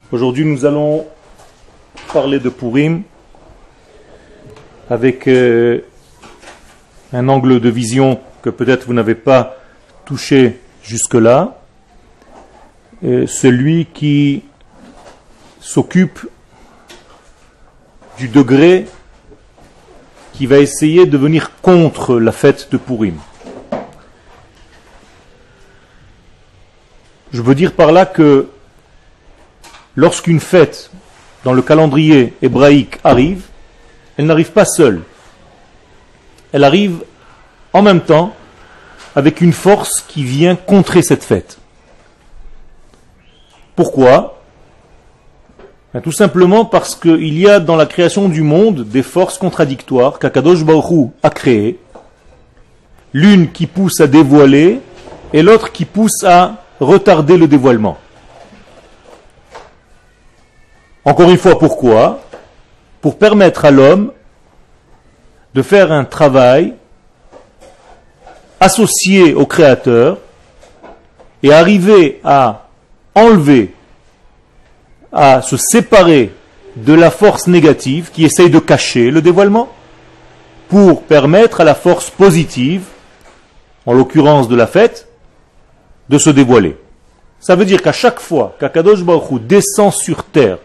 Aujourd'hui, nous allons parler de Purim avec un angle de vision que peut-être vous n'avez pas touché jusque-là. Celui qui s'occupe du degré qui va essayer de venir contre la fête de Purim. Je veux dire par là que lorsqu'une fête dans le calendrier hébraïque arrive, elle n'arrive pas seule. Elle arrive en même temps avec une force qui vient contrer cette fête. Pourquoi ? Tout simplement parce qu'il y a dans la création du monde des forces contradictoires qu'Akadosh Baruch Hu a créées, l'une qui pousse à dévoiler et l'autre qui pousse à retarder le dévoilement. Encore une fois, pourquoi ? Pour permettre à l'homme de faire un travail associé au Créateur et arriver à enlever, à se séparer de la force négative qui essaye de cacher le dévoilement pour permettre à la force positive, en l'occurrence de la fête, de se dévoiler. Ça veut dire qu'à chaque fois qu'Akadosh Baruch Hu descend sur terre,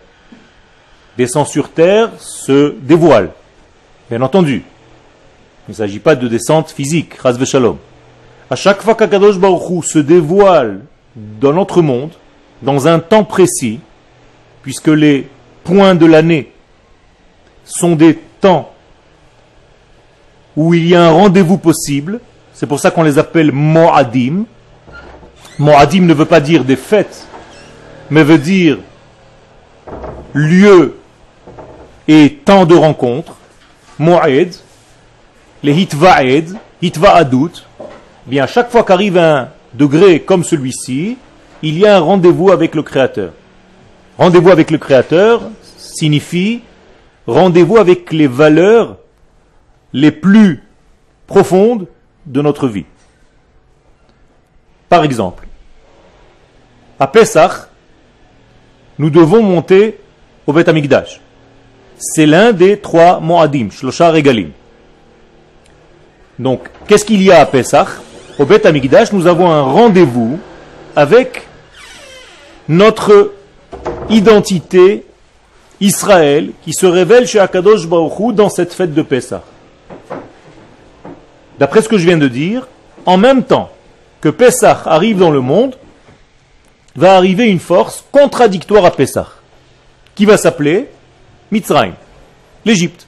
se dévoile. Bien entendu, il ne s'agit pas de descente physique, Chas v'Shalom. À chaque fois qu'Akadosh Baruch Hu se dévoile dans notre monde, dans un temps précis, puisque les points de l'année sont des temps où il y a un rendez-vous possible, c'est pour ça qu'on les appelle Mo'adim. Mo'adim ne veut pas dire des fêtes, mais veut dire lieu et temps de rencontre. Mo'ed, les hitva'ed, hitva'adut. Bien, chaque fois qu'arrive un degré comme celui-ci, il y a un rendez-vous avec le Créateur. Rendez-vous avec le Créateur signifie rendez-vous avec les valeurs les plus profondes de notre vie. Par exemple, à Pesach, nous devons monter au Beth Amikdash. C'est l'un des 3 Mo'adim, Shlosha Regalim. Donc, qu'est-ce qu'il y a à Pesach ? Au Beth Amikdash, nous avons un rendez-vous avec notre identité Israël qui se révèle chez Akadosh Baruch Hu dans cette fête de Pesach. D'après ce que je viens de dire, en même temps que Pesach arrive dans le monde, va arriver une force contradictoire à Pesach, qui va s'appeler Mitzrayim, l'Égypte.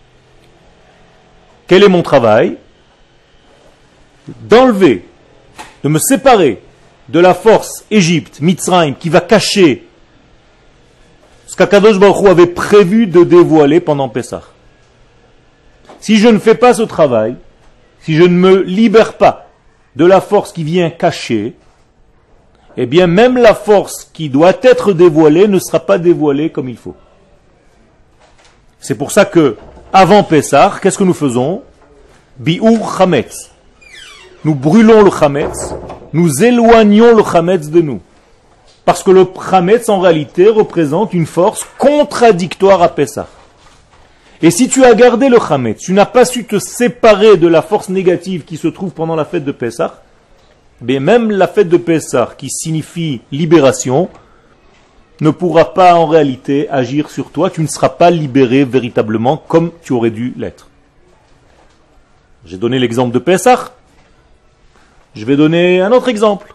Quel est mon travail ? D'enlever, de me séparer de la force Égypte, Mitzrayim, qui va cacher ce qu'Akadosh Baruch Hu avait prévu de dévoiler pendant Pesach. Si je ne fais pas ce travail, si je ne me libère pas de la force qui vient cacher, eh bien même la force qui doit être dévoilée ne sera pas dévoilée comme il faut. C'est pour ça que, avant Pesach, qu'est-ce que nous faisons ? Bi'ur Chametz. Nous brûlons le Chametz, nous éloignons le Chametz de nous. Parce que le Chametz, en réalité, représente une force contradictoire à Pesach. Et si tu as gardé le Chametz, tu n'as pas su te séparer de la force négative qui se trouve pendant la fête de Pesach, mais même la fête de Pesach, qui signifie libération, ne pourra pas en réalité agir sur toi. Tu ne seras pas libéré véritablement comme tu aurais dû l'être. J'ai donné l'exemple de Pesach. Je vais donner un autre exemple.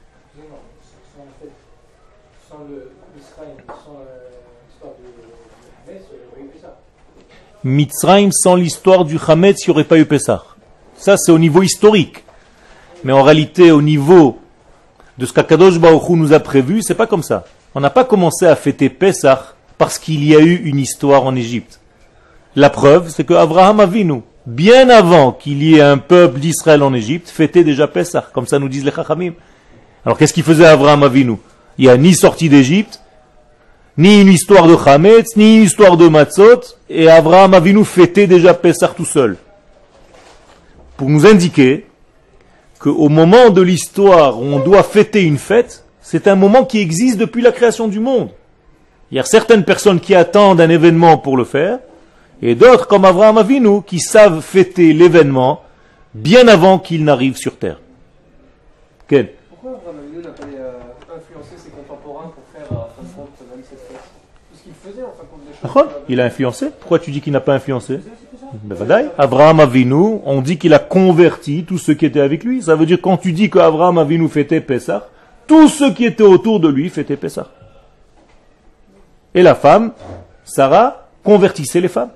Mitzrayim, sans l'histoire du Chametz, il n'y aurait pas eu Pesach. Ça, c'est au niveau historique. Mais en réalité, au niveau de ce qu'Akadosh Baruch Hu nous a prévu, c'est pas comme ça. On n'a pas commencé à fêter Pesach parce qu'il y a eu une histoire en Égypte. La preuve, c'est que Abraham Avinu, bien avant qu'il y ait un peuple d'Israël en Égypte, fêtait déjà Pesach, comme ça nous disent les Chachamim. Alors qu'est-ce qu'il faisait Abraham Avinu ? Il n'y a ni sortie d'Égypte, ni une histoire de Chametz, ni une histoire de Matzot, et Abraham Avinu fêtait déjà Pesach tout seul. Pour nous indiquer qu'au moment de l'histoire où on doit fêter une fête, c'est un moment qui existe depuis la création du monde. Il y a certaines personnes qui attendent un événement pour le faire, et d'autres, comme Avraham Avinu, qui savent fêter l'événement bien avant qu'il n'arrive sur terre. Quel? Pourquoi Avraham Avinu n'a pas influencé ses contemporains pour faire à fin de compte même cette fête? Tout ce qu'il faisait en fin de compte des choses. Il a influencé. Pourquoi tu dis qu'il n'a pas influencé? Avraham Avinu, on dit qu'il a converti tous ceux qui étaient avec lui. Ça veut dire quand tu dis qu'Avraham Avinu fêtait Pessah, tous ceux qui étaient autour de lui fêtaient Pessah. Et la femme, Sarah, convertissait les femmes.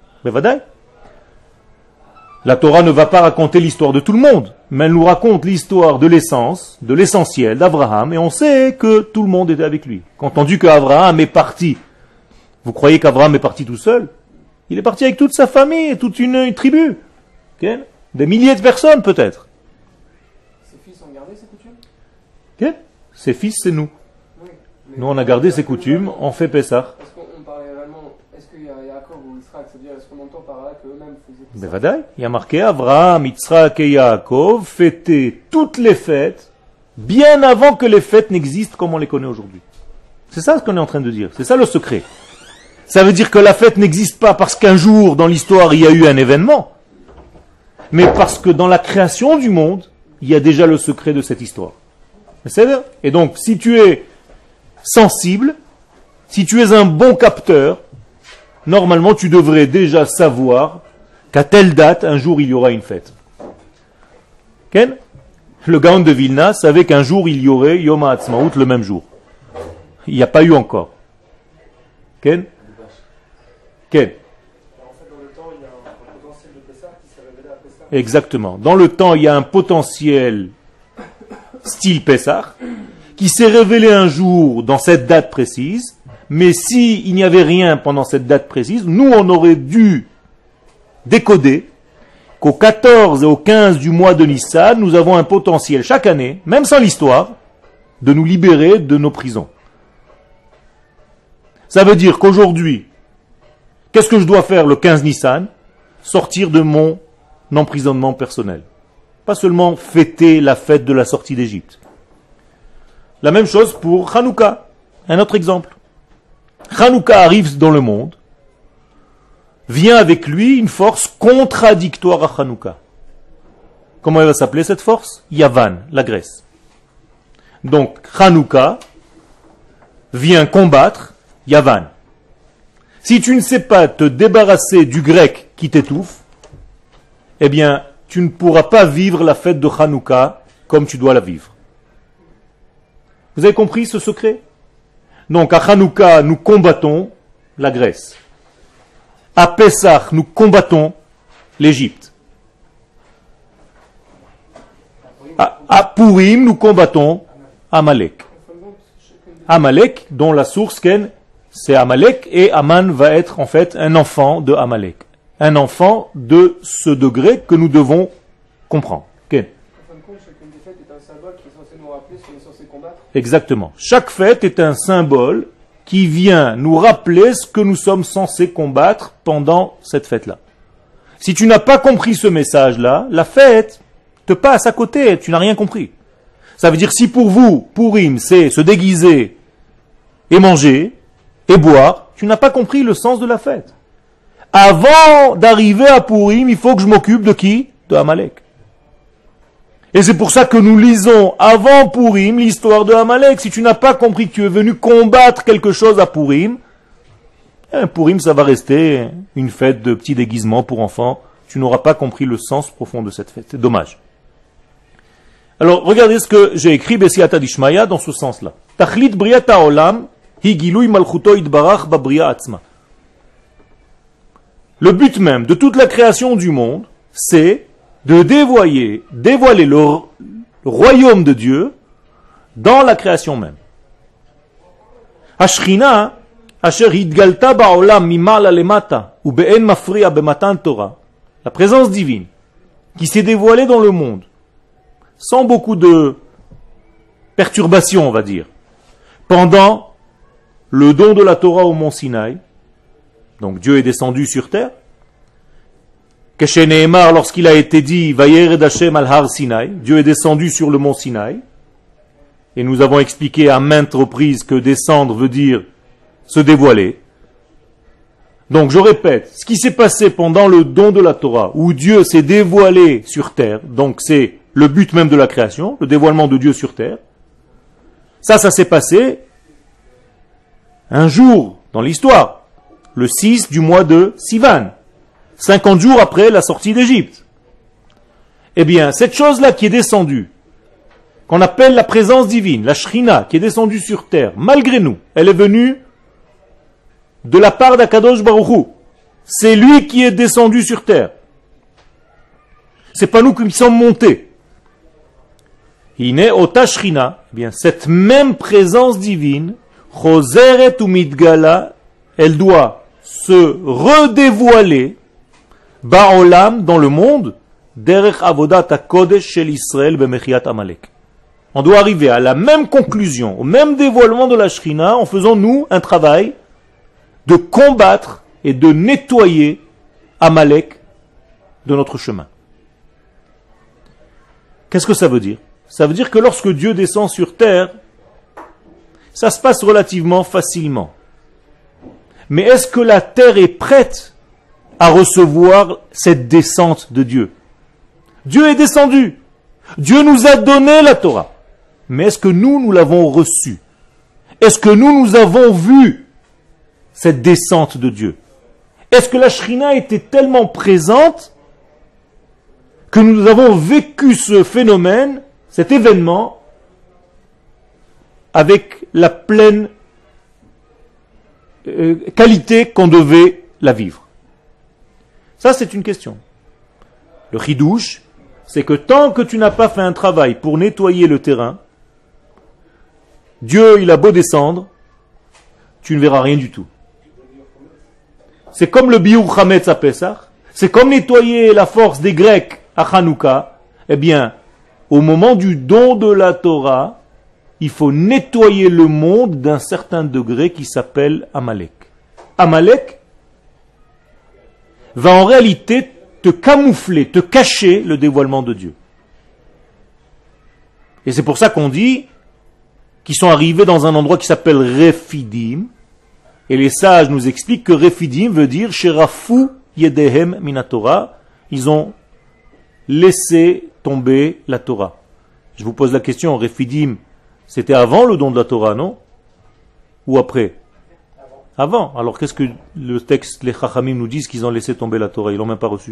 La Torah ne va pas raconter l'histoire de tout le monde, mais elle nous raconte l'histoire de l'essence, de l'essentiel d'Abraham, et on sait que tout le monde était avec lui. Quand on dit qu'Abraham est parti, vous croyez qu'Abraham est parti tout seul? Il est parti avec toute sa famille, toute une tribu. Okay? Des milliers de personnes peut-être. Ses fils ont gardé ces coutumes? Okay? Ses fils, c'est nous. Oui, nous, on a gardé ces coutumes, on fait Pessah. Est-ce qu'on parlait vraiment, est-ce qu'il y a Yaakov ou Israël, c'est-à-dire est-ce qu'on entend par là qu'eux-mêmes faisaient Pessah? Il y a marqué Abraham, Yitzhak et Yaakov fêtaient toutes les fêtes bien avant que les fêtes n'existent comme on les connaît aujourd'hui. C'est ça ce qu'on est en train de dire. C'est ça le secret. Ça veut dire que la fête n'existe pas parce qu'un jour dans l'histoire il y a eu un événement, mais parce que dans la création du monde, il y a déjà le secret de cette histoire. Et donc, si tu es sensible, si tu es un bon capteur, normalement tu devrais déjà savoir qu'à telle date, un jour il y aura une fête. Ken? Le Gaon de Vilna savait qu'un jour il y aurait Yom HaAtzmaut le même jour. Il n'y a pas eu encore. Ken? Ken? Exactement. Dans le temps, il y a un potentiel style Pessah qui s'est révélé un jour dans cette date précise, mais s'il n'y avait rien pendant cette date précise, nous on aurait dû décoder qu'au 14 et au 15 du mois de Nissan, nous avons un potentiel chaque année, même sans l'histoire, de nous libérer de nos prisons. Ça veut dire qu'aujourd'hui, qu'est-ce que je dois faire le 15 Nissan? Sortir de mon emprisonnement personnel. Pas seulement fêter la fête de la sortie d'Égypte. La même chose pour Hanouka. Un autre exemple. Hanouka arrive dans le monde, vient avec lui une force contradictoire à Hanouka. Comment elle va s'appeler cette force? Yavan, la Grèce. Donc Hanouka vient combattre Yavan. Si tu ne sais pas te débarrasser du grec qui t'étouffe, eh bien, tu ne pourras pas vivre la fête de Hanouka comme tu dois la vivre. Vous avez compris ce secret? Donc, à Hanouka, nous combattons la Grèce. À Pessah, nous combattons l'Égypte. À Purim, nous combattons Amalek. Amalek, dont la source, Ken, c'est Amalek, et Aman va être en fait un enfant de Amalek. Un enfant de ce degré que nous devons comprendre. Ken. En fin de compte, chacune des fêtes est un symbole qui est censé nous rappeler ce qu'on est censé combattre. Exactement. Chaque fête est un symbole qui vient nous rappeler ce que nous sommes censés combattre pendant cette fête-là. Si tu n'as pas compris ce message-là, la fête te passe à côté, tu n'as rien compris. Ça veut dire si pour vous, Purim, c'est se déguiser et manger et boire, tu n'as pas compris le sens de la fête. Avant d'arriver à Purim, il faut que je m'occupe de qui? De Amalek. Et c'est pour ça que nous lisons avant Purim l'histoire de Amalek. Si tu n'as pas compris que tu es venu combattre quelque chose à Purim, Purim ça va rester une fête de petits déguisements pour enfants. Tu n'auras pas compris le sens profond de cette fête. C'est dommage. Alors regardez ce que j'ai écrit Besiata Dishmaya dans ce sens-là. Tachlit Briat Haolam hi Gilui Malchuto Yitbarach Babriya Atzma. Le but même de toute la création du monde, c'est de dévoiler le royaume de Dieu dans la création même. Ashrina, asher hidgalta ba'olam mimala lemata, ou be'en mafriya bematan Torah, la présence divine, qui s'est dévoilée dans le monde, sans beaucoup de perturbations, on va dire, pendant le don de la Torah au mont Sinaï. Donc Dieu est descendu sur terre. Keshe Nehemar, lorsqu'il a été dit Vayered Hashem al Har Sinaï, Dieu est descendu sur le mont Sinaï. Et nous avons expliqué à maintes reprises que descendre veut dire se dévoiler. Donc je répète, ce qui s'est passé pendant le don de la Torah, où Dieu s'est dévoilé sur terre, donc c'est le but même de la création, le dévoilement de Dieu sur terre, ça s'est passé un jour dans l'histoire, le 6 du mois de Sivan, 50 jours après la sortie d'Égypte. Eh bien, cette chose-là qui est descendue, qu'on appelle la présence divine, la Shrina, qui est descendue sur terre, malgré nous, elle est venue de la part d'Akadosh Baruch Hu. C'est lui qui est descendu sur terre. C'est pas nous qui sommes montés. Ine ota Shrina, eh bien, cette même présence divine, Choseret ou Midgala, elle doit se redévoiler, Ba'olam, dans le monde, Derech Avodat HaKodesh Shel Israël Bemechiat Amalek. On doit arriver à la même conclusion, au même dévoilement de la Shrina, en faisant, nous, un travail de combattre et de nettoyer Amalek de notre chemin. Qu'est-ce que ça veut dire? Ça veut dire que lorsque Dieu descend sur terre, ça se passe relativement facilement. Mais est-ce que la terre est prête à recevoir cette descente de Dieu? Dieu est descendu. Dieu nous a donné la Torah. Mais est-ce que nous l'avons reçue? Est-ce que nous avons vu cette descente de Dieu? Est-ce que la Shrina était tellement présente que nous avons vécu ce phénomène, cet événement, avec la pleine qualité qu'on devait la vivre? Ça, c'est une question. Le chidouche, c'est que tant que tu n'as pas fait un travail pour nettoyer le terrain, Dieu, il a beau descendre, tu ne verras rien du tout. C'est comme le biur chametz à Pesach, c'est comme nettoyer la force des Grecs à Hanouka. Eh bien, au moment du don de la Torah, il faut nettoyer le monde d'un certain degré qui s'appelle Amalek. Amalek va en réalité te camoufler, te cacher le dévoilement de Dieu. Et c'est pour ça qu'on dit qu'ils sont arrivés dans un endroit qui s'appelle Refidim, et les sages nous expliquent que Refidim veut dire Sherafu Yedehem Minatora, ils ont laissé tomber la Torah. Je vous pose la question, Refidim, c'était avant le don de la Torah, non? Ou après? Avant. Alors qu'est-ce que le texte, les Chachamim nous disent qu'ils ont laissé tomber la Torah? Ils l'ont même pas reçue.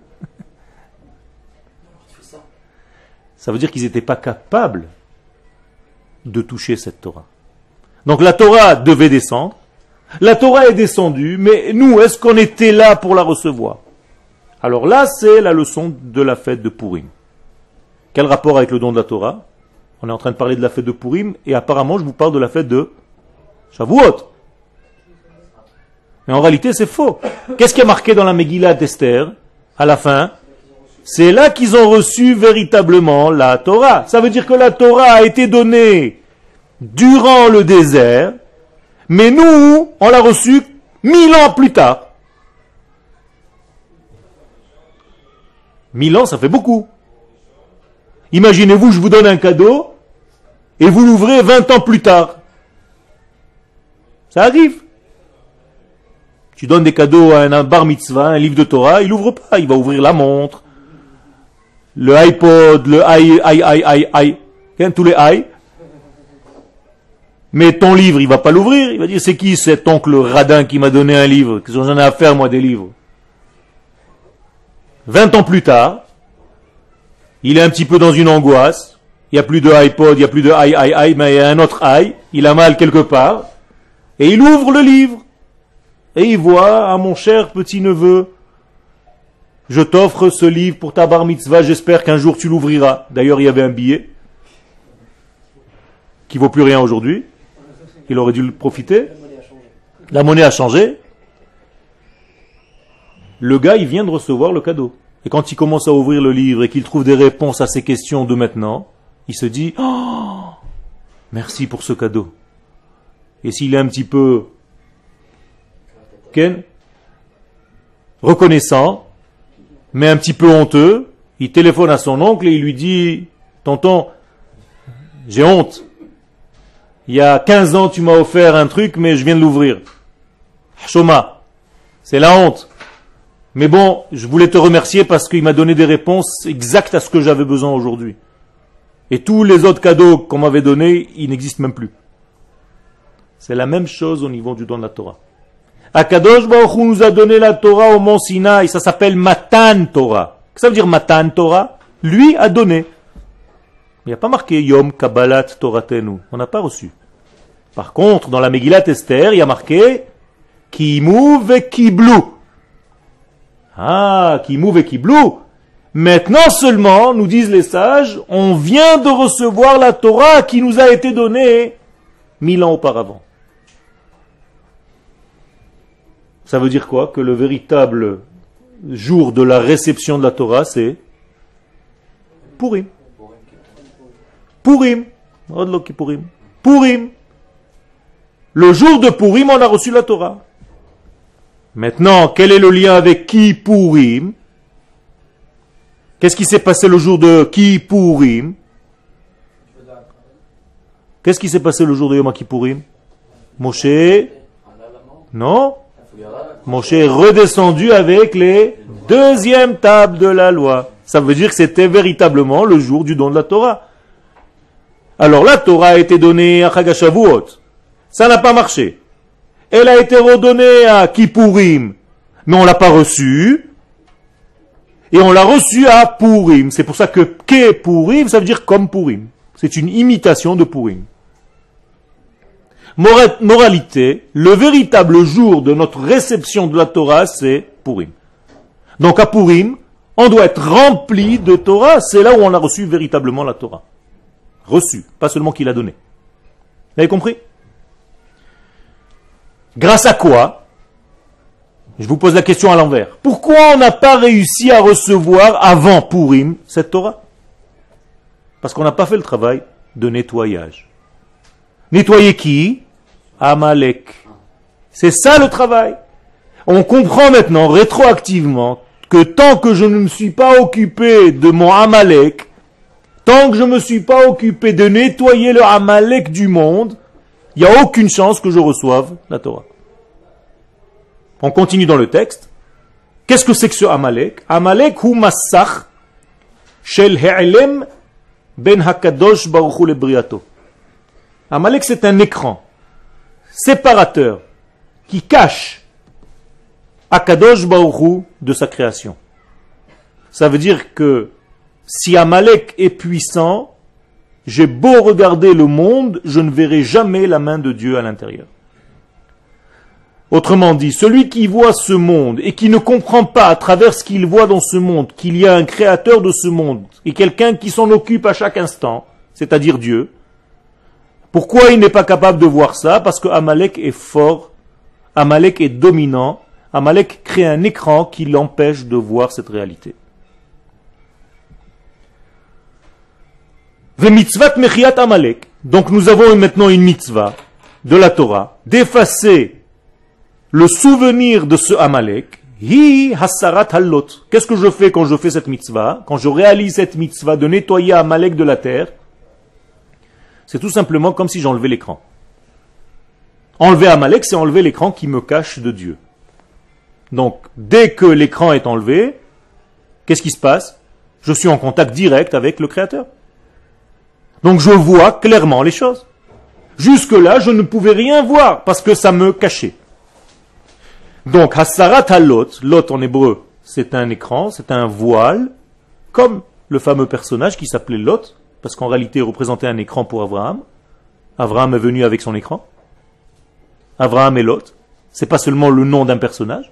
Ça veut dire qu'ils n'étaient pas capables de toucher cette Torah. Donc la Torah devait descendre. La Torah est descendue, mais nous, est-ce qu'on était là pour la recevoir? Alors là, c'est la leçon de la fête de Purim. Quel rapport avec le don de la Torah? On est en train de parler de la fête de Purim, et apparemment, je vous parle de la fête de Shavuot. Mais en réalité, c'est faux. Qu'est-ce qui est marqué dans la Megillah d'Esther, à la fin? C'est là qu'ils ont reçu véritablement la Torah. Ça veut dire que la Torah a été donnée durant le désert, mais nous, on l'a reçue 1000 ans plus tard. 1000 ans, ça fait beaucoup. Imaginez-vous, je vous donne un cadeau, et vous l'ouvrez 20 ans plus tard. Ça arrive. Tu donnes des cadeaux à un bar mitzvah, un livre de Torah, il n'ouvre pas, il va ouvrir la montre, le iPod, le tous les i. Mais ton livre, il va pas l'ouvrir, il va dire c'est qui cet oncle radin qui m'a donné un livre? Qu'est-ce que j'en ai à faire moi des livres? 20 ans plus tard, il est un petit peu dans une angoisse, il n'y a plus de iPod, il n'y a plus de mais il y a un autre il a mal quelque part, et il ouvre le livre. Et il voit, ah mon cher petit-neveu, je t'offre ce livre pour ta bar mitzvah, j'espère qu'un jour tu l'ouvriras. D'ailleurs, il y avait un billet qui vaut plus rien aujourd'hui. Il aurait dû le profiter. La monnaie a changé. Le gars, il vient de recevoir le cadeau. Et quand il commence à ouvrir le livre et qu'il trouve des réponses à ses questions de maintenant, il se dit, oh, merci pour ce cadeau. Et s'il est un petit peu reconnaissant, mais un petit peu honteux, il téléphone à son oncle et il lui dit, tonton, j'ai honte. Il y a 15 ans, tu m'as offert un truc, mais je viens de l'ouvrir. Shoma, c'est la honte. Mais bon, je voulais te remercier parce qu'il m'a donné des réponses exactes à ce que j'avais besoin aujourd'hui. Et tous les autres cadeaux qu'on m'avait donnés, ils n'existent même plus. C'est la même chose au niveau du don de la Torah. Akadosh Baruch Hu nous a donné la Torah au mont Sinaï, ça s'appelle Matan Torah. Qu'est-ce que ça veut dire Matan Torah? Lui a donné. Il n'y a pas marqué Yom Kabbalat Toratenu. On n'a pas reçu. Par contre, dans la Megillat Esther, il y a marqué Kimu ve Kiblu. Ah, Kimu ve Kiblu. Maintenant seulement, nous disent les sages, on vient de recevoir la Torah qui nous a été donnée 1000 ans auparavant. Ça veut dire quoi? Que le véritable jour de la réception de la Torah, c'est Purim. Purim. Purim. Le jour de Purim, on a reçu la Torah. Maintenant, quel est le lien avec Kippurim? Qu'est-ce qui s'est passé le jour de Kippurim? Qu'est-ce qui s'est passé le jour de Yom Kippourim? Moshe? Non? Moshe est redescendu avec les deuxièmes tables de la loi. Ça veut dire que c'était véritablement le jour du don de la Torah. Alors la Torah a été donnée à Chag HaShavuot. Ça n'a pas marché. Elle a été redonnée à Kippourim, mais on ne l'a pas reçue. Et on l'a reçue à Purim. C'est pour ça que Purim, ça veut dire comme Purim. C'est une imitation de Purim. Moralité, le véritable jour de notre réception de la Torah, c'est Purim. Donc à Purim, on doit être rempli de Torah. C'est là où on a reçu véritablement la Torah. Reçu, pas seulement qu'il a donné. Vous avez compris? Grâce à quoi? Je vous pose la question à l'envers. Pourquoi on n'a pas réussi à recevoir avant Purim cette Torah? Parce qu'on n'a pas fait le travail de nettoyage. Nettoyer qui? Amalek. C'est ça le travail. On comprend maintenant, rétroactivement, que tant que je ne me suis pas occupé de mon Amalek, tant que je ne me suis pas occupé de nettoyer le Amalek du monde, il n'y a aucune chance que je reçoive la Torah. On continue dans le texte. Qu'est-ce que c'est que ce Amalek? Amalek hu massach shel he'elem ben hakadosh baruch hu lebriato. Amalek, c'est un écran séparateur qui cache Akadosh Baruch Hu de sa création. Ça veut dire que si Amalek est puissant, j'ai beau regarder le monde, je ne verrai jamais la main de Dieu à l'intérieur. Autrement dit, celui qui voit ce monde et qui ne comprend pas à travers ce qu'il voit dans ce monde qu'il y a un créateur de ce monde et quelqu'un qui s'en occupe à chaque instant, c'est-à-dire Dieu, pourquoi il n'est pas capable de voir ça? Parce que Amalek est fort, Amalek est dominant, Amalek crée un écran qui l'empêche de voir cette réalité. Vemitzvat mechiat Amalek. Donc nous avons maintenant une mitzvah de la Torah d'effacer le souvenir de ce Amalek. Hi hasarat halot. Qu'est-ce que je fais quand je fais cette mitzvah? Quand je réalise cette mitzvah de nettoyer Amalek de la terre, c'est tout simplement comme si j'enlevais l'écran. Enlever Amalek, c'est enlever l'écran qui me cache de Dieu. Donc, dès que l'écran est enlevé, qu'est-ce qui se passe? Je suis en contact direct avec le Créateur. Donc, je vois clairement les choses. Jusque-là, je ne pouvais rien voir parce que ça me cachait. Donc, Hasarat halot, lot en hébreu, c'est un écran, c'est un voile, comme le fameux personnage qui s'appelait Lot, parce qu'en réalité, il représentait un écran pour Abraham. Abraham est venu avec son écran. Abraham et Lot. C'est pas seulement le nom d'un personnage.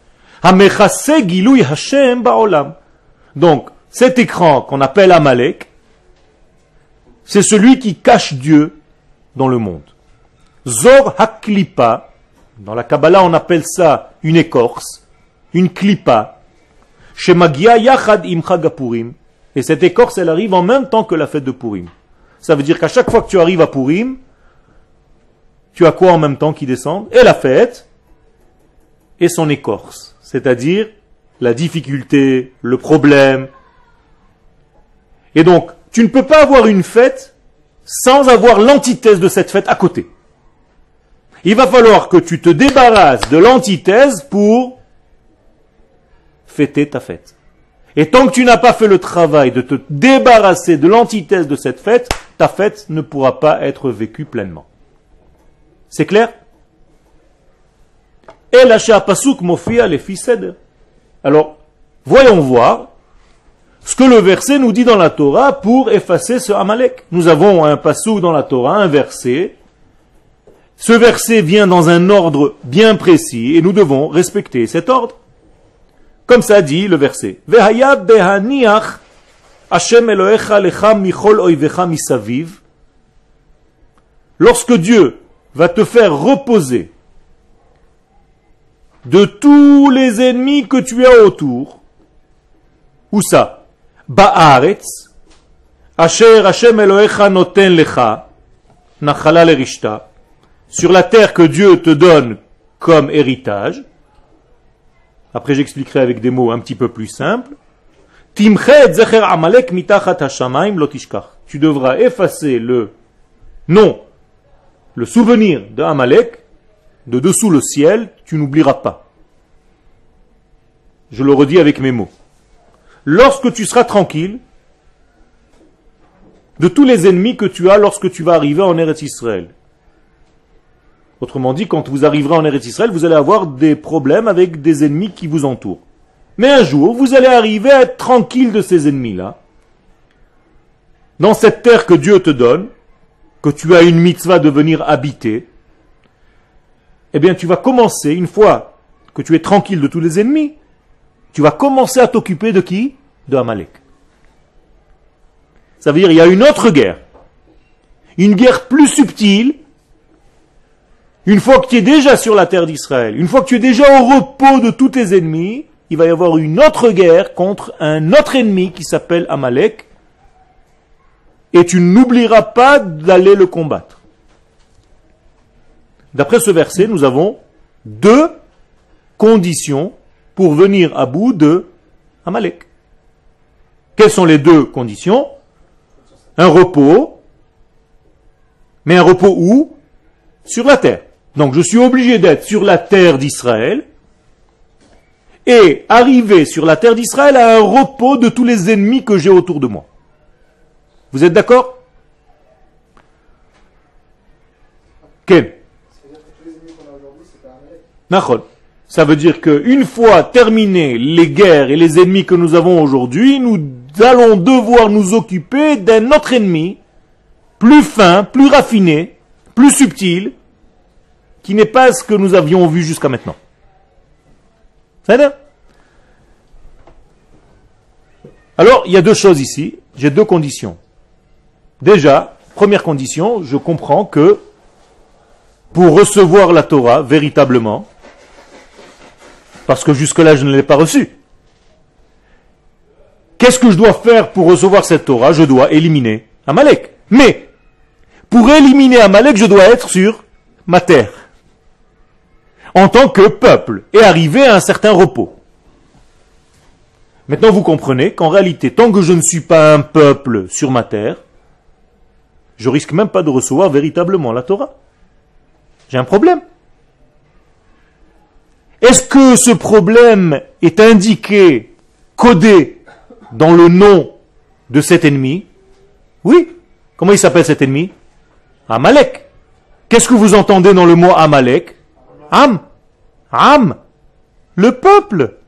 Donc, cet écran qu'on appelle Amalek, c'est celui qui cache Dieu dans le monde. Zor haklipa, dans la Kabbalah on appelle ça une écorce, une klipa, shemagia yachad im chag Purim. Et cette écorce, elle arrive en même temps que la fête de Purim. Ça veut dire qu'à chaque fois que tu arrives à Purim, tu as quoi en même temps qui descend? Et la fête, et son écorce. C'est-à-dire la difficulté, le problème. Et donc, tu ne peux pas avoir une fête sans avoir l'antithèse de cette fête à côté. Il va falloir que tu te débarrasses de l'antithèse pour fêter ta fête. Et tant que tu n'as pas fait le travail de te débarrasser de l'antithèse de cette fête, ta fête ne pourra pas être vécue pleinement. C'est clair? Et la pasuk mofia les fils. Alors, voyons voir ce que le verset nous dit dans la Torah pour effacer ce Amalek. Nous avons un pasuk dans la Torah, un verset. Ce verset vient dans un ordre bien précis et nous devons respecter cet ordre. Comme ça dit le verset. Vehayab behaniach Hashem Elohecha lecha michol oivecha misaviv. Lorsque Dieu va te faire reposer de tous les ennemis que tu as autour, où ça? Ba'aretz, Asher Hashem Elohecha noten lecha, nachala lerishta, sur la terre que Dieu te donne comme héritage. Après j'expliquerai avec des mots un petit peu plus simples. Timchet zecher Amalek mitachat hashamayim lo tishkach. Tu devras effacer le nom, le souvenir de Amalek de dessous le ciel, tu n'oublieras pas. Je le redis avec mes mots. Lorsque tu seras tranquille de tous les ennemis que tu as lorsque tu vas arriver en Eretz Israël. Autrement dit, quand vous arriverez en Eretz Israël, vous allez avoir des problèmes avec des ennemis qui vous entourent. Mais un jour, vous allez arriver à être tranquille de ces ennemis-là. Dans cette terre que Dieu te donne, que tu as une mitzvah de venir habiter, eh bien tu vas commencer, une fois que tu es tranquille de tous les ennemis, tu vas commencer à t'occuper de qui? De Amalek. Ça veut dire il y a une autre guerre. Une guerre plus subtile. Une fois que tu es déjà sur la terre d'Israël, une fois que tu es déjà au repos de tous tes ennemis, il va y avoir une autre guerre contre un autre ennemi qui s'appelle Amalek. Et tu n'oublieras pas d'aller le combattre. D'après ce verset, nous avons deux conditions pour venir à bout de Amalek. Quelles sont les deux conditions? Un repos, mais un repos où? Sur la terre. Donc je suis obligé d'être sur la terre d'Israël et arriver sur la terre d'Israël à un repos de tous les ennemis que j'ai autour de moi. Vous êtes d'accord? Quel? Ça veut dire qu'une fois terminées les guerres et les ennemis que nous avons aujourd'hui, nous allons devoir nous occuper d'un autre ennemi, plus fin, plus raffiné, plus subtil, qui n'est pas ce que nous avions vu jusqu'à maintenant. C'est ça? Alors, il y a deux choses ici, j'ai deux conditions. Déjà, première condition, je comprends que pour recevoir la Torah véritablement, parce que jusque-là je ne l'ai pas reçue, qu'est-ce que je dois faire pour recevoir cette Torah? Je dois éliminer Amalek. Mais, pour éliminer Amalek, je dois être sur ma terre, en tant que peuple, et arriver à un certain repos. Maintenant vous comprenez qu'en réalité, tant que je ne suis pas un peuple sur ma terre, je risque même pas de recevoir véritablement la Torah. J'ai un problème. Est-ce que ce problème est indiqué, codé dans le nom de cet ennemi? Oui. Comment il s'appelle cet ennemi? Amalek. Qu'est-ce que vous entendez dans le mot Amalek? Am. Am. Le peuple.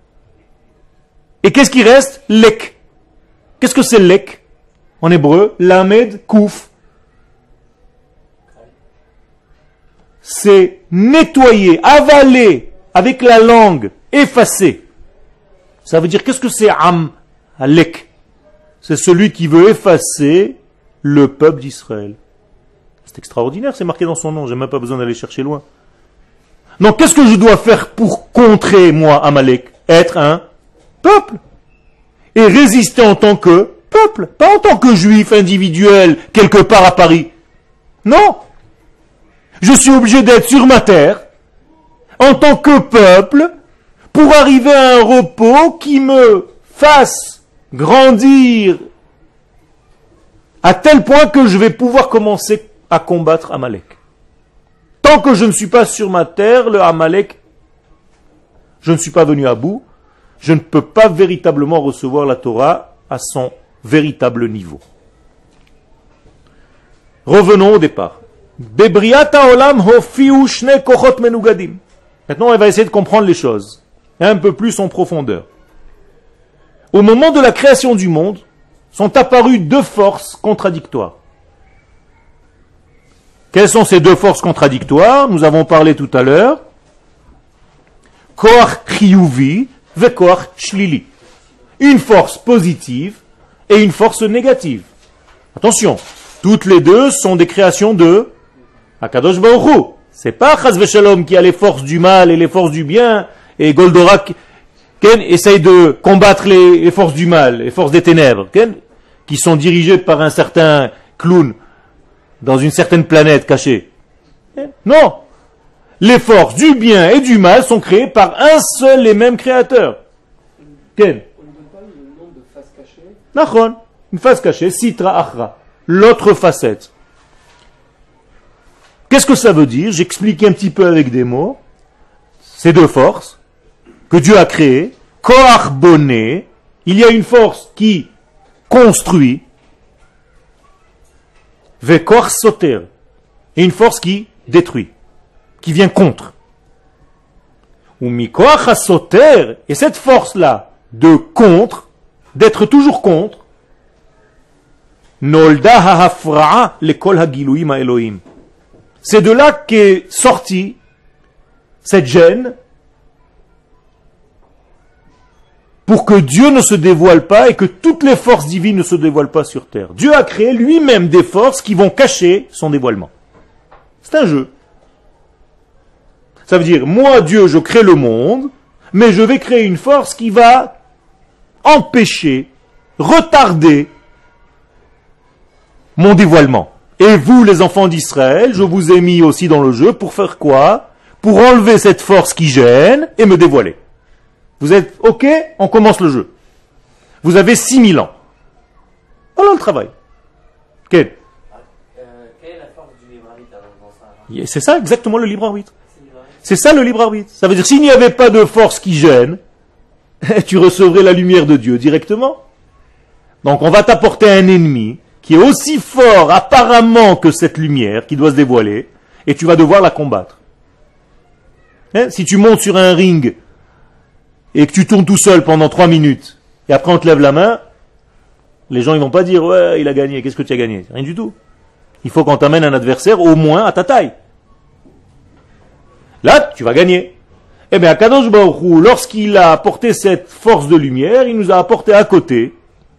Et qu'est-ce qui reste? Lek. Qu'est-ce que c'est lek? En hébreu, lamed, kouf. C'est nettoyer, avaler, avec la langue, effacer. Ça veut dire, qu'est-ce que c'est am, lek? C'est celui qui veut effacer le peuple d'Israël. C'est extraordinaire, c'est marqué dans son nom, j'ai même pas besoin d'aller chercher loin. Donc, qu'est-ce que je dois faire pour contrer, moi, Amalek? Être un peuple. Et résister en tant que peuple. Pas en tant que juif individuel, quelque part à Paris. Non. Je suis obligé d'être sur ma terre, en tant que peuple, pour arriver à un repos qui me fasse grandir à tel point que je vais pouvoir commencer à combattre Amalek. Tant que je ne suis pas sur ma terre, le Amalek, je ne suis pas venu à bout, je ne peux pas véritablement recevoir la Torah à son véritable niveau. Revenons au départ. Maintenant, on va essayer de comprendre les choses un peu plus en profondeur. Au moment de la création du monde, sont apparues deux forces contradictoires. Quelles sont ces deux forces contradictoires? Nous avons parlé tout à l'heure. Koach chiyuvi ve koach shlili. Une force positive et une force négative. Attention, toutes les deux sont des créations de Akadosh Baruch Hu. C'est pas Chas v'Shalom qui a les forces du mal et les forces du bien, et Goldorak essaye de combattre les forces du mal, les forces des ténèbres, qui sont dirigées par un certain clown dans une certaine planète cachée. Non! Les forces du bien et du mal sont créées par un seul et même créateur. On ne donne pas le nom de face cachée. Nachon, une face cachée, Sitra Achra, l'autre facette. Qu'est-ce que ça veut dire? J'explique un petit peu avec des mots. Ces deux forces que Dieu a créées, Koach Boné, il y a une force qui construit, Ve Koach Soter, et une force qui détruit, qui vient contre. Ou Mi Koach Soter, et cette force-là de contre, d'être toujours contre, Nolda ha'hafra'a lekol hagiluim ha'elohim. C'est de là qu'est sortie cette gêne pour que Dieu ne se dévoile pas et que toutes les forces divines ne se dévoilent pas sur terre. Dieu a créé lui-même des forces qui vont cacher son dévoilement. C'est un jeu. Ça veut dire, moi Dieu, je crée le monde, mais je vais créer une force qui va empêcher, retarder mon dévoilement. Et vous, les enfants d'Israël, je vous ai mis aussi dans le jeu pour faire quoi? Pour enlever cette force qui gêne et me dévoiler. Vous êtes OK? On commence le jeu. Vous avez 6000 ans. Voilà le travail. Quelle est la force du libre arbitre dans ça? C'est ça exactement le libre arbitre. C'est ça le libre arbitre. Ça veut dire s'il n'y avait pas de force qui gêne, tu recevrais la lumière de Dieu directement. Donc on va t'apporter un ennemi qui est aussi fort apparemment que cette lumière qui doit se dévoiler, et tu vas devoir la combattre. Si tu montes sur un ring et que tu tournes tout seul pendant 3 minutes, et après on te lève la main, les gens ils vont pas dire ouais il a gagné, qu'est-ce que tu as gagné? Rien du tout. Il faut qu'on t'amène un adversaire au moins à ta taille. Là tu vas gagner. Eh bien Akadosh Baruch Hu, lorsqu'il a apporté cette force de lumière, il nous a apporté à côté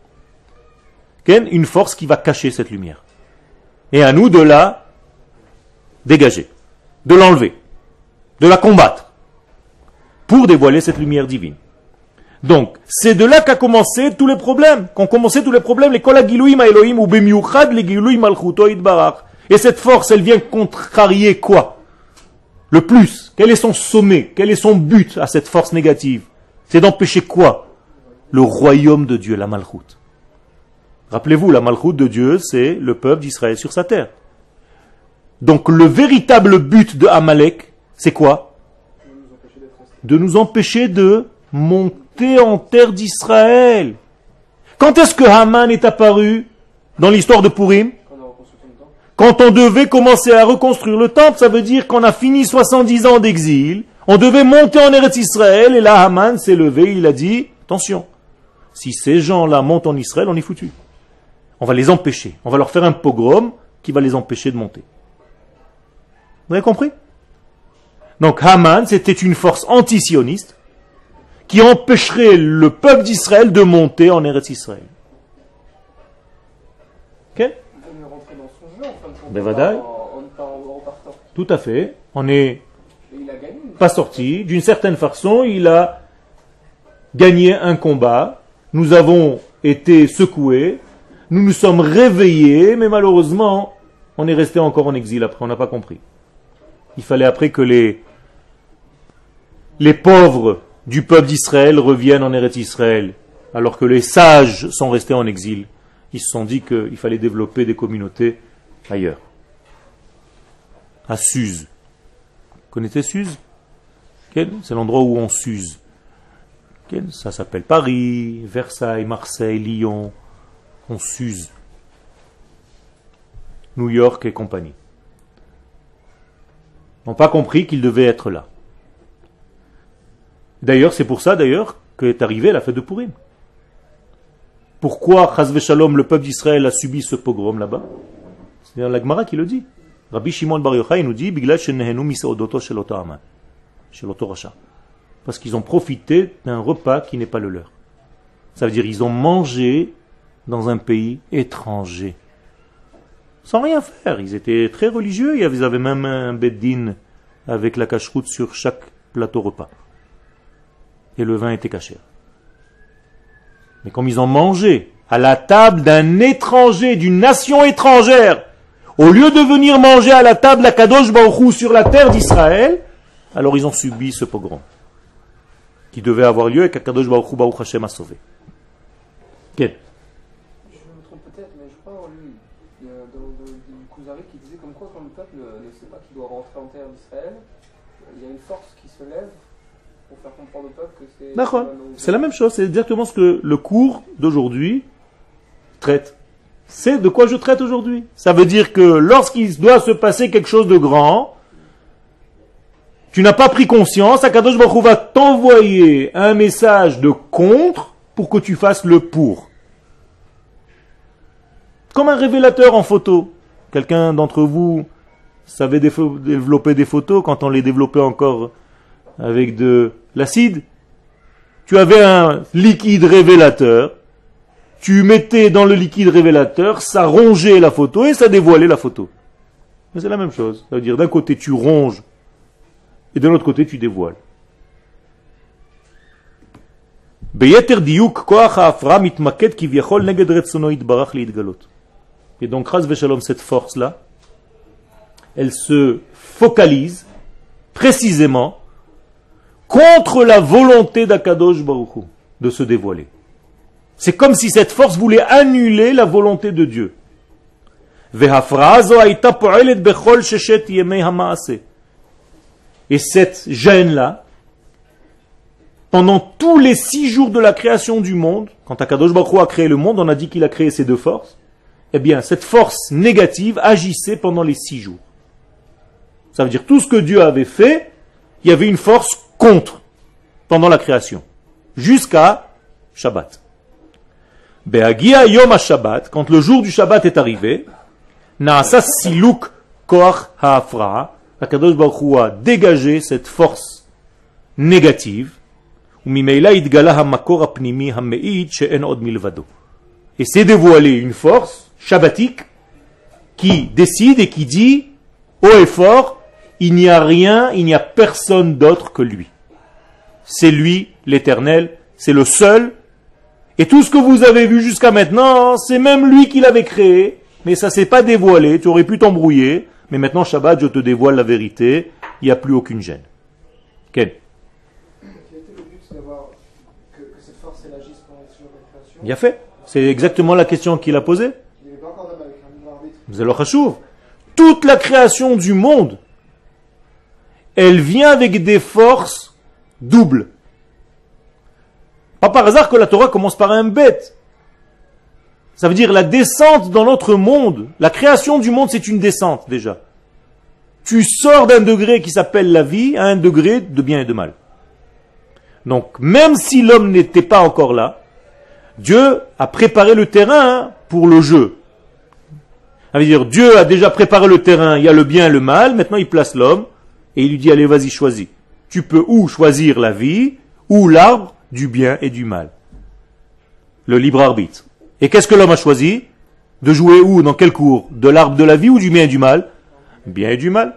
une force qui va cacher cette lumière. Et à nous de la dégager, de l'enlever, de la combattre, pour dévoiler cette lumière divine. Donc, c'est de là qu'a commencé tous les problèmes. Qu'ont commencé tous les problèmes, les kol hagiluim ha'elohim ou bemiuchad les giluim malchuto yitbarach. Et cette force, elle vient contrarier quoi? Le plus. Quel est son sommet? Quel est son but à cette force négative? C'est d'empêcher quoi? Le royaume de Dieu, la malchut. Rappelez-vous, la malchut de Dieu, c'est le peuple d'Israël sur sa terre. Donc le véritable but de Amalek, c'est quoi? De nous empêcher de monter en terre d'Israël. Quand est-ce que Haman est apparu dans l'histoire de Purim? Quand on devait commencer à reconstruire le temple, ça veut dire qu'on a fini 70 ans d'exil, on devait monter en Eretz Israël, et là Haman s'est levé, il a dit, attention, si ces gens-là montent en Israël, on est foutus. On va les empêcher. On va leur faire un pogrom qui va les empêcher de monter. Vous avez compris? Donc Haman, c'était une force anti-sioniste qui empêcherait le peuple d'Israël de monter en Eretz Israël. Ok? On est rentré dans son jeu en fin de compte. Bevadaï. En repartant. Tout à fait. On n'est Et il a gagné. pas sorti. D'une certaine façon, il a gagné un combat. Nous avons été secoués. Nous nous sommes réveillés, mais malheureusement, on est resté encore en exil après, on n'a pas compris. Il fallait après que les pauvres du peuple d'Israël reviennent en Eretz Israël, alors que les sages sont restés en exil. ils se sont dit qu'il fallait développer des communautés ailleurs. À Suse. Vous connaissez Suse? C'est l'endroit où on s'use. Ça s'appelle Paris, Versailles, Marseille, Lyon. On s'use. New York et compagnie. N'ont pas compris qu'ils devaient être là. D'ailleurs, c'est pour ça qu'est arrivée la fête de Purim. Pourquoi, Chas v'Shalom, le peuple d'Israël a subi ce pogrom là-bas? C'est la Gemara qui le dit. Rabbi Shimon Bar Yochai nous dit Biglal shenehenu miseodoto shel oto Haman, shel oto rasha. Parce qu'ils ont profité d'un repas qui n'est pas le leur. Ça veut dire qu'ils ont mangé dans un pays étranger. Sans rien faire. Ils étaient très religieux. Ils avaient même un beddin avec la cacheroute sur chaque plateau repas. Et le vin était caché. Mais comme ils ont mangé à la table d'un étranger, d'une nation étrangère, au lieu de venir manger à la table à Kadosh Baruch Hu sur la terre d'Israël, alors ils ont subi ce pogrom qui devait avoir lieu et qu'Akadosh Baruch Hu Baruch Hashem a sauvé. Quel? Je me trompe peut-être, mais je crois en lui, dans du Kuzari qui disait comme quoi quand le peuple ne sait pas qu'il doit rentrer en terre d'Israël, il y a une force qui se lève pour faire comprendre au peuple que c'est... D'accord. C'est la même chose, c'est exactement ce que le cours d'aujourd'hui traite. C'est de quoi je traite aujourd'hui. Ça veut dire que lorsqu'il doit se passer quelque chose de grand, tu n'as pas pris conscience, Akadosh Baruch Hu va t'envoyer un message de contre pour que tu fasses le pour. Comme un révélateur en photo. Quelqu'un d'entre vous savait développer des photos quand on les développait encore avec de l'acide. Tu avais un liquide révélateur, tu mettais dans le liquide révélateur, ça rongeait la photo et ça dévoilait la photo. Mais c'est la même chose. Ça veut dire d'un côté tu ronges et de l'autre côté tu dévoiles. Et donc, Chas v'Shalom, cette force-là, elle se focalise précisément contre la volonté d'Akadosh Baruch Hu de se dévoiler. C'est comme si cette force voulait annuler la volonté de Dieu. Et cette gêne-là, pendant tous les 6 jours de la création du monde, quand Akadosh Baruch Hu a créé le monde, on a dit qu'il a créé ces deux forces, eh bien, cette force négative agissait pendant les 6 jours. Ça veut dire tout ce que Dieu avait fait, il y avait une force contre pendant la création, jusqu'à Shabbat. Be'agia yom ha-Shabbat, quand le jour du Shabbat est arrivé, Naasa siluk koach ha'afra, Akadosh Baruch Hu a dégagé cette force négative, u'mimeila idgala ha'makor ha'pnimi ha'me'id she'en od milvado. Et c'est dévoilé une force shabbatique qui décide et qui dit haut et fort, il n'y a rien, il n'y a personne d'autre que lui. C'est lui, l'Éternel, c'est le seul. Et tout ce que vous avez vu jusqu'à maintenant, c'est même lui qui l'avait créé, mais ça ne s'est pas dévoilé, tu aurais pu t'embrouiller, mais maintenant Shabbat, je te dévoile la vérité, il n'y a plus aucune gêne. Quel? Quel était le but d'avoir que cette force elle agisse pendant les 6 jours de la création? Bien fait. C'est exactement la question qu'il a posée. Il n'y avait pas encore d'homme avec un libre arbitre. Vous allez chachouv. Toute la création du monde, elle vient avec des forces doubles. Pas par hasard que la Torah commence par un bête. Ça veut dire la descente dans notre monde. La création du monde, c'est une descente déjà. Tu sors d'un degré qui s'appelle la vie à un degré de bien et de mal. Donc, même si l'homme n'était pas encore là, Dieu a préparé le terrain pour le jeu. Ça veut dire, Dieu a déjà préparé le terrain, il y a le bien et le mal, maintenant il place l'homme, et il lui dit, allez, vas-y, choisis. Tu peux ou choisir la vie, ou l'arbre du bien et du mal. Le libre arbitre. Et qu'est-ce que l'homme a choisi? De jouer où? Dans quel cours? De l'arbre de la vie ou du bien et du mal? Bien et du mal.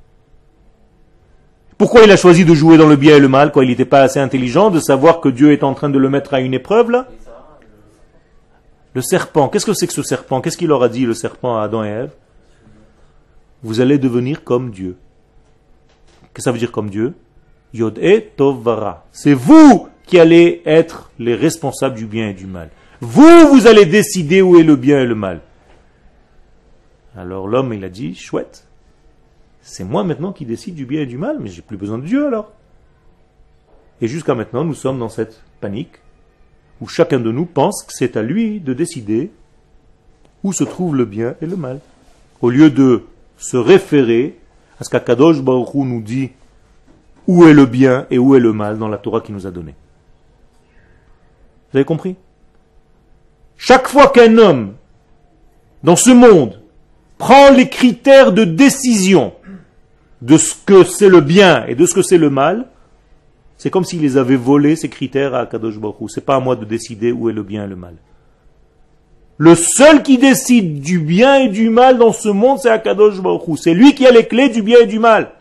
Pourquoi il a choisi de jouer dans le bien et le mal, quand il n'était pas assez intelligent de savoir que Dieu est en train de le mettre à une épreuve, là? Le serpent, qu'est-ce que c'est que ce serpent? Qu'est-ce qu'il leur a dit, le serpent, à Adam et Ève? Vous allez devenir comme Dieu. Qu'est-ce que ça veut dire comme Dieu? Yod et Tov Vara. C'est vous qui allez être les responsables du bien et du mal. Vous allez décider où est le bien et le mal. Alors l'homme, il a dit, chouette, c'est moi maintenant qui décide du bien et du mal, mais j'ai plus besoin de Dieu alors. Et jusqu'à maintenant, nous sommes dans cette panique où chacun de nous pense que c'est à lui de décider où se trouve le bien et le mal. Au lieu de se référer à ce qu'Akadosh Baruch Hu nous dit où est le bien et où est le mal dans la Torah qu'il nous a donnée. Vous avez compris? Chaque fois qu'un homme dans ce monde prend les critères de décision de ce que c'est le bien et de ce que c'est le mal, c'est comme s'il les avait volés, ces critères, à Akadosh Baruch Hu. C'est pas à moi de décider où est le bien et le mal. Le seul qui décide du bien et du mal dans ce monde, c'est Akadosh Baruch Hu. C'est lui qui a les clés du bien et du mal.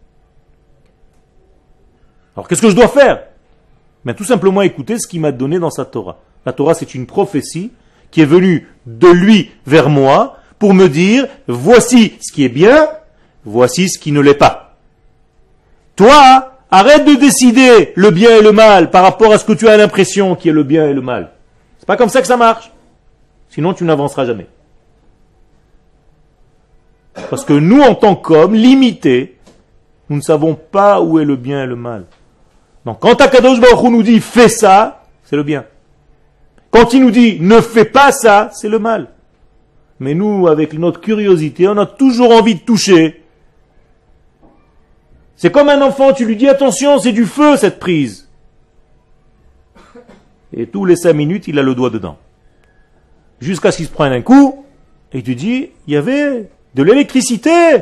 Alors qu'est-ce que je dois faire? Mais tout simplement écouter ce qu'il m'a donné dans sa Torah. La Torah, c'est une prophétie qui est venue de lui vers moi pour me dire, voici ce qui est bien, voici ce qui ne l'est pas. Toi, arrête de décider le bien et le mal par rapport à ce que tu as l'impression qui est le bien et le mal. C'est pas comme ça que ça marche. Sinon, tu n'avanceras jamais. Parce que nous, en tant qu'hommes, limités, nous ne savons pas où est le bien et le mal. Donc, quand Akadosh Baruch Hu nous dit « fais ça », c'est le bien. Quand il nous dit « ne fais pas ça », c'est le mal. Mais nous, avec notre curiosité, on a toujours envie de toucher. C'est comme un enfant, tu lui dis « attention, c'est du feu cette prise ». Et tous les 5 minutes, il a le doigt dedans. Jusqu'à ce qu'il se prenne un coup, et tu dis « il y avait de l'électricité ».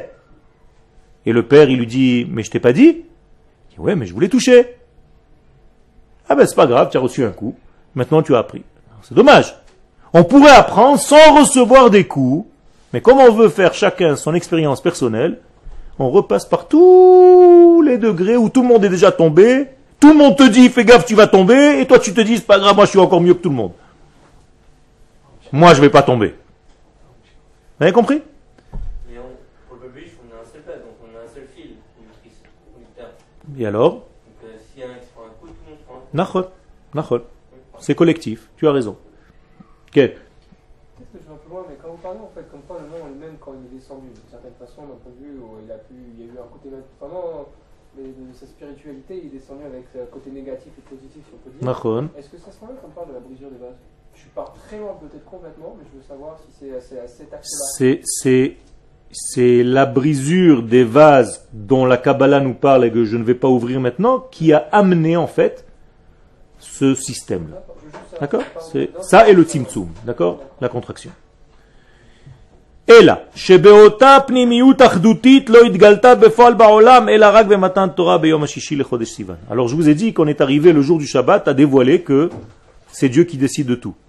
Et le père, il lui dit « mais je t'ai pas dit ». Il dit « ouais, mais je voulais toucher ». Ah ben c'est pas grave, tu as reçu un coup, maintenant tu as appris. C'est dommage. On pourrait apprendre sans recevoir des coups, mais comme on veut faire chacun son expérience personnelle, on repasse par tous les degrés où tout le monde est déjà tombé, tout le monde te dit fais gaffe tu vas tomber, et toi tu te dis c'est pas grave, moi je suis encore mieux que tout le monde. Moi je vais pas tomber. Vous avez compris? Mais pour le peuple juif, on a un seul peuple, donc on a un seul fil conducteur. Et alors? Donc s'il y en a un qui se prend un coup, tout le monde prend un coup. Nachol. C'est collectif, tu as raison. Ok. Peut-être que je vais un peu loin, mais quand vous parlez en fait, comme quoi le nom lui-même, quand il est descendu, d'une certaine façon, d'un point de vue où il y a eu un côté vraiment de sa spiritualité, il est descendu avec un côté négatif et positif, si on peut dire. Nachol. Est-ce que ça se moment qu'on parle de la brisure des vases? Je suis pas très loin, peut-être complètement, mais je veux savoir si c'est à cet axe-là. C'est la brisure des vases dont la Kabbalah nous parle et que je ne vais pas ouvrir maintenant qui a amené en fait ce système-là. D'accord? C'est ça et le tzimtzum. D'accord? La contraction. Et là, shebeota pnimiut achdutit lo itgalta befal ba'olam ela rak bematan Torah beyom hashishi lechodesh Sivan. Alors je vous ai dit qu'on est arrivé le jour du Shabbat à dévoiler que c'est Dieu qui décide de tout.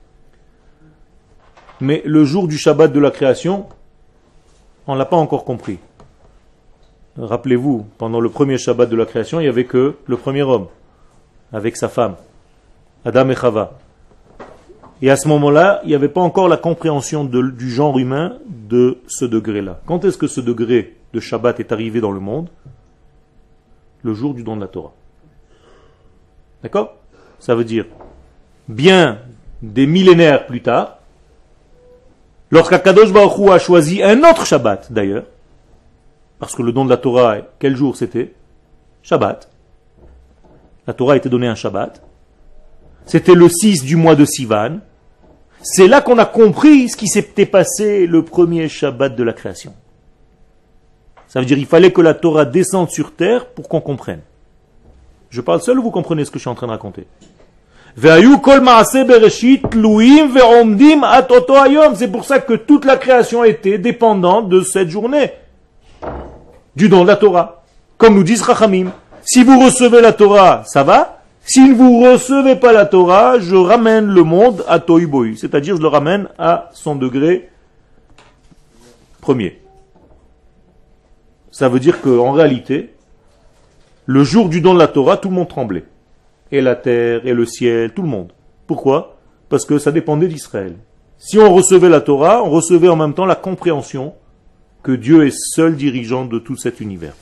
Mais le jour du Shabbat de la création, on ne l'a pas encore compris. Rappelez-vous, pendant le premier Shabbat de la création, il n'y avait que le premier homme, avec sa femme, Adam et Chava. Et à ce moment-là, il n'y avait pas encore la compréhension du genre humain de ce degré-là. Quand est-ce que ce degré de Shabbat est arrivé dans le monde? Le jour du don de la Torah. D'accord? Ça veut dire, bien des millénaires plus tard, lorsqu'Akadosh Baruch Hu a choisi un autre Shabbat d'ailleurs, parce que le don de la Torah, quel jour c'était? Shabbat. La Torah a été donnée un Shabbat. C'était le 6 du mois de Sivan. C'est là qu'on a compris ce qui s'était passé le premier Shabbat de la création. Ça veut dire qu'il fallait que la Torah descende sur terre pour qu'on comprenne. Je parle seul ou vous comprenez ce que je suis en train de raconter? C'est pour ça que toute la création était dépendante de cette journée du don de la Torah. Comme nous disent Chachamim, si vous recevez la Torah, ça va. Si ne vous recevez pas la Torah, je ramène le monde à Tohu Bohu, c'est-à-dire je le ramène à son degré premier. Ça veut dire qu'en réalité, le jour du don de la Torah, tout le monde tremblait. Et la terre, et le ciel, tout le monde. Pourquoi? Parce que ça dépendait d'Israël. Si on recevait la Torah, on recevait en même temps la compréhension que Dieu est seul dirigeant de tout cet univers.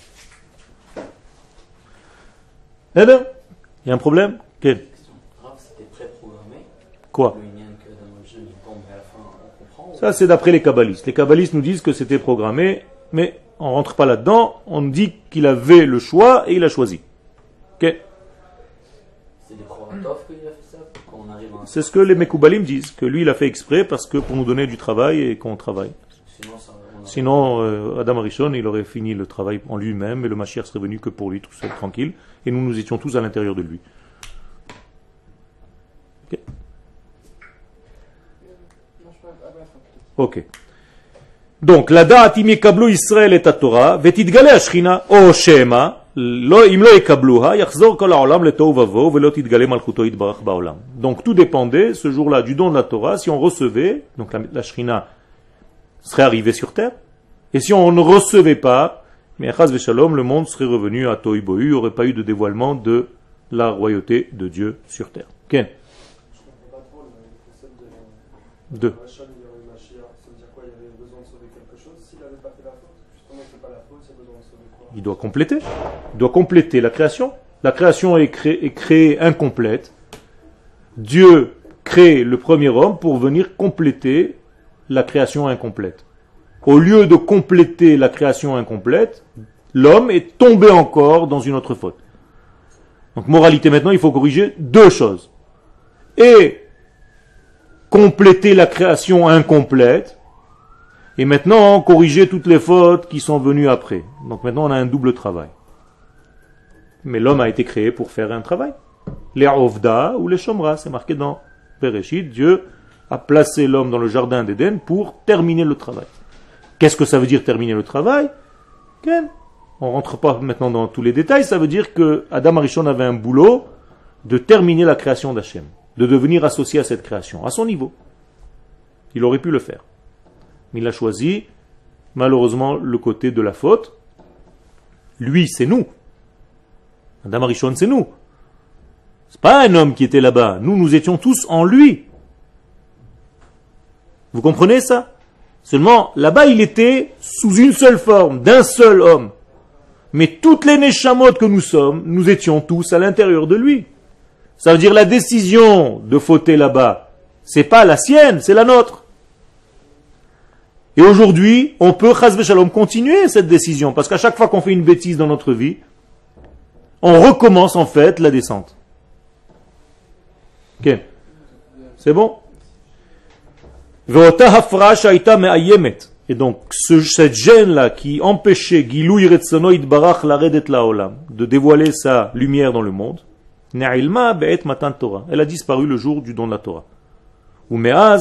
Eh bien, il y a un problème? Quel? C'était préprogrammé. Quoi? Le Inyan que Adam Ça, c'est d'après les kabbalistes. Les kabbalistes nous disent que c'était programmé, mais on ne rentre pas là-dedans. On nous dit qu'il avait le choix et il a choisi. Ok. C'est des Khoratov qu'il a fait ça quand on arrive à un... C'est ce que les Mekoubalim disent, que lui il a fait exprès parce que pour nous donner du travail et qu'on travaille. Sinon, ça, on a- Sinon, Adam Arishon, il aurait fini le travail en lui-même et le Mashiach serait venu que pour lui, tout seul, tranquille. Et nous étions tous à l'intérieur de lui. Ok. Ok. Donc, la da'at im yekablu Israël et Torah, vetitgale ashchina o shema, lo im lo yekabluha, yachzor kol ha'olam letov vavo, velo titgale malchuto yitbarach ba'olam. Donc, tout dépendait, ce jour-là, du don de la Torah, si on recevait, donc la Shrina serait arrivée sur terre, et si on ne recevait pas, mais chas v'shalom, le monde serait revenu à Tohu Bohu, il n'y aurait pas eu de dévoilement de la royauté de Dieu sur terre. Ken? Je comprends pas trop le concept De. de Rachel, il y aurait une Mashiach. Ça veut dire quoi? Il avait besoin de sauver quelque chose s'il n'avait pas fait la faute? Justement, c'est pas la faute, il a besoin de sauver quoi? Il doit compléter. Il doit compléter la création. La création est créée incomplète. Dieu crée le premier homme pour venir compléter la création incomplète. Au lieu de compléter la création incomplète, l'homme est tombé encore dans une autre faute. Donc, moralité maintenant, il faut corriger deux choses. Et compléter la création incomplète, et maintenant corriger toutes les fautes qui sont venues après. Donc maintenant on a un double travail. Mais l'homme a été créé pour faire un travail. Les Ovda ou les Shomra, c'est marqué dans Bereshit, Dieu a placé l'homme dans le jardin d'Éden pour terminer le travail. Qu'est-ce que ça veut dire terminer le travail? On ne rentre pas maintenant dans tous les détails, ça veut dire que Adam Arishon avait un boulot de terminer la création d'Hachem, de devenir associé à cette création, à son niveau. Il aurait pu le faire. Mais il a choisi, malheureusement, le côté de la faute. Lui, c'est nous. Adam Arishon, c'est nous. C'est pas un homme qui était là-bas. Nous étions tous en lui. Vous comprenez ça? Seulement, là-bas, il était sous une seule forme, d'un seul homme. Mais toutes les neshamot que nous sommes, nous étions tous à l'intérieur de lui. Ça veut dire la décision de fauter là-bas, c'est pas la sienne, c'est la nôtre. Et aujourd'hui, on peut, chas v'shalom, continuer cette décision, parce qu'à chaque fois qu'on fait une bêtise dans notre vie, on recommence en fait la descente. Ok, c'est bon? Et donc, cette gêne-là qui empêchait Gilui Retsono Itbarach Laredet Laolam de dévoiler sa lumière dans le monde, Na'ilma Be'et Matan Torah. Elle a disparu le jour du don de la Torah. Alors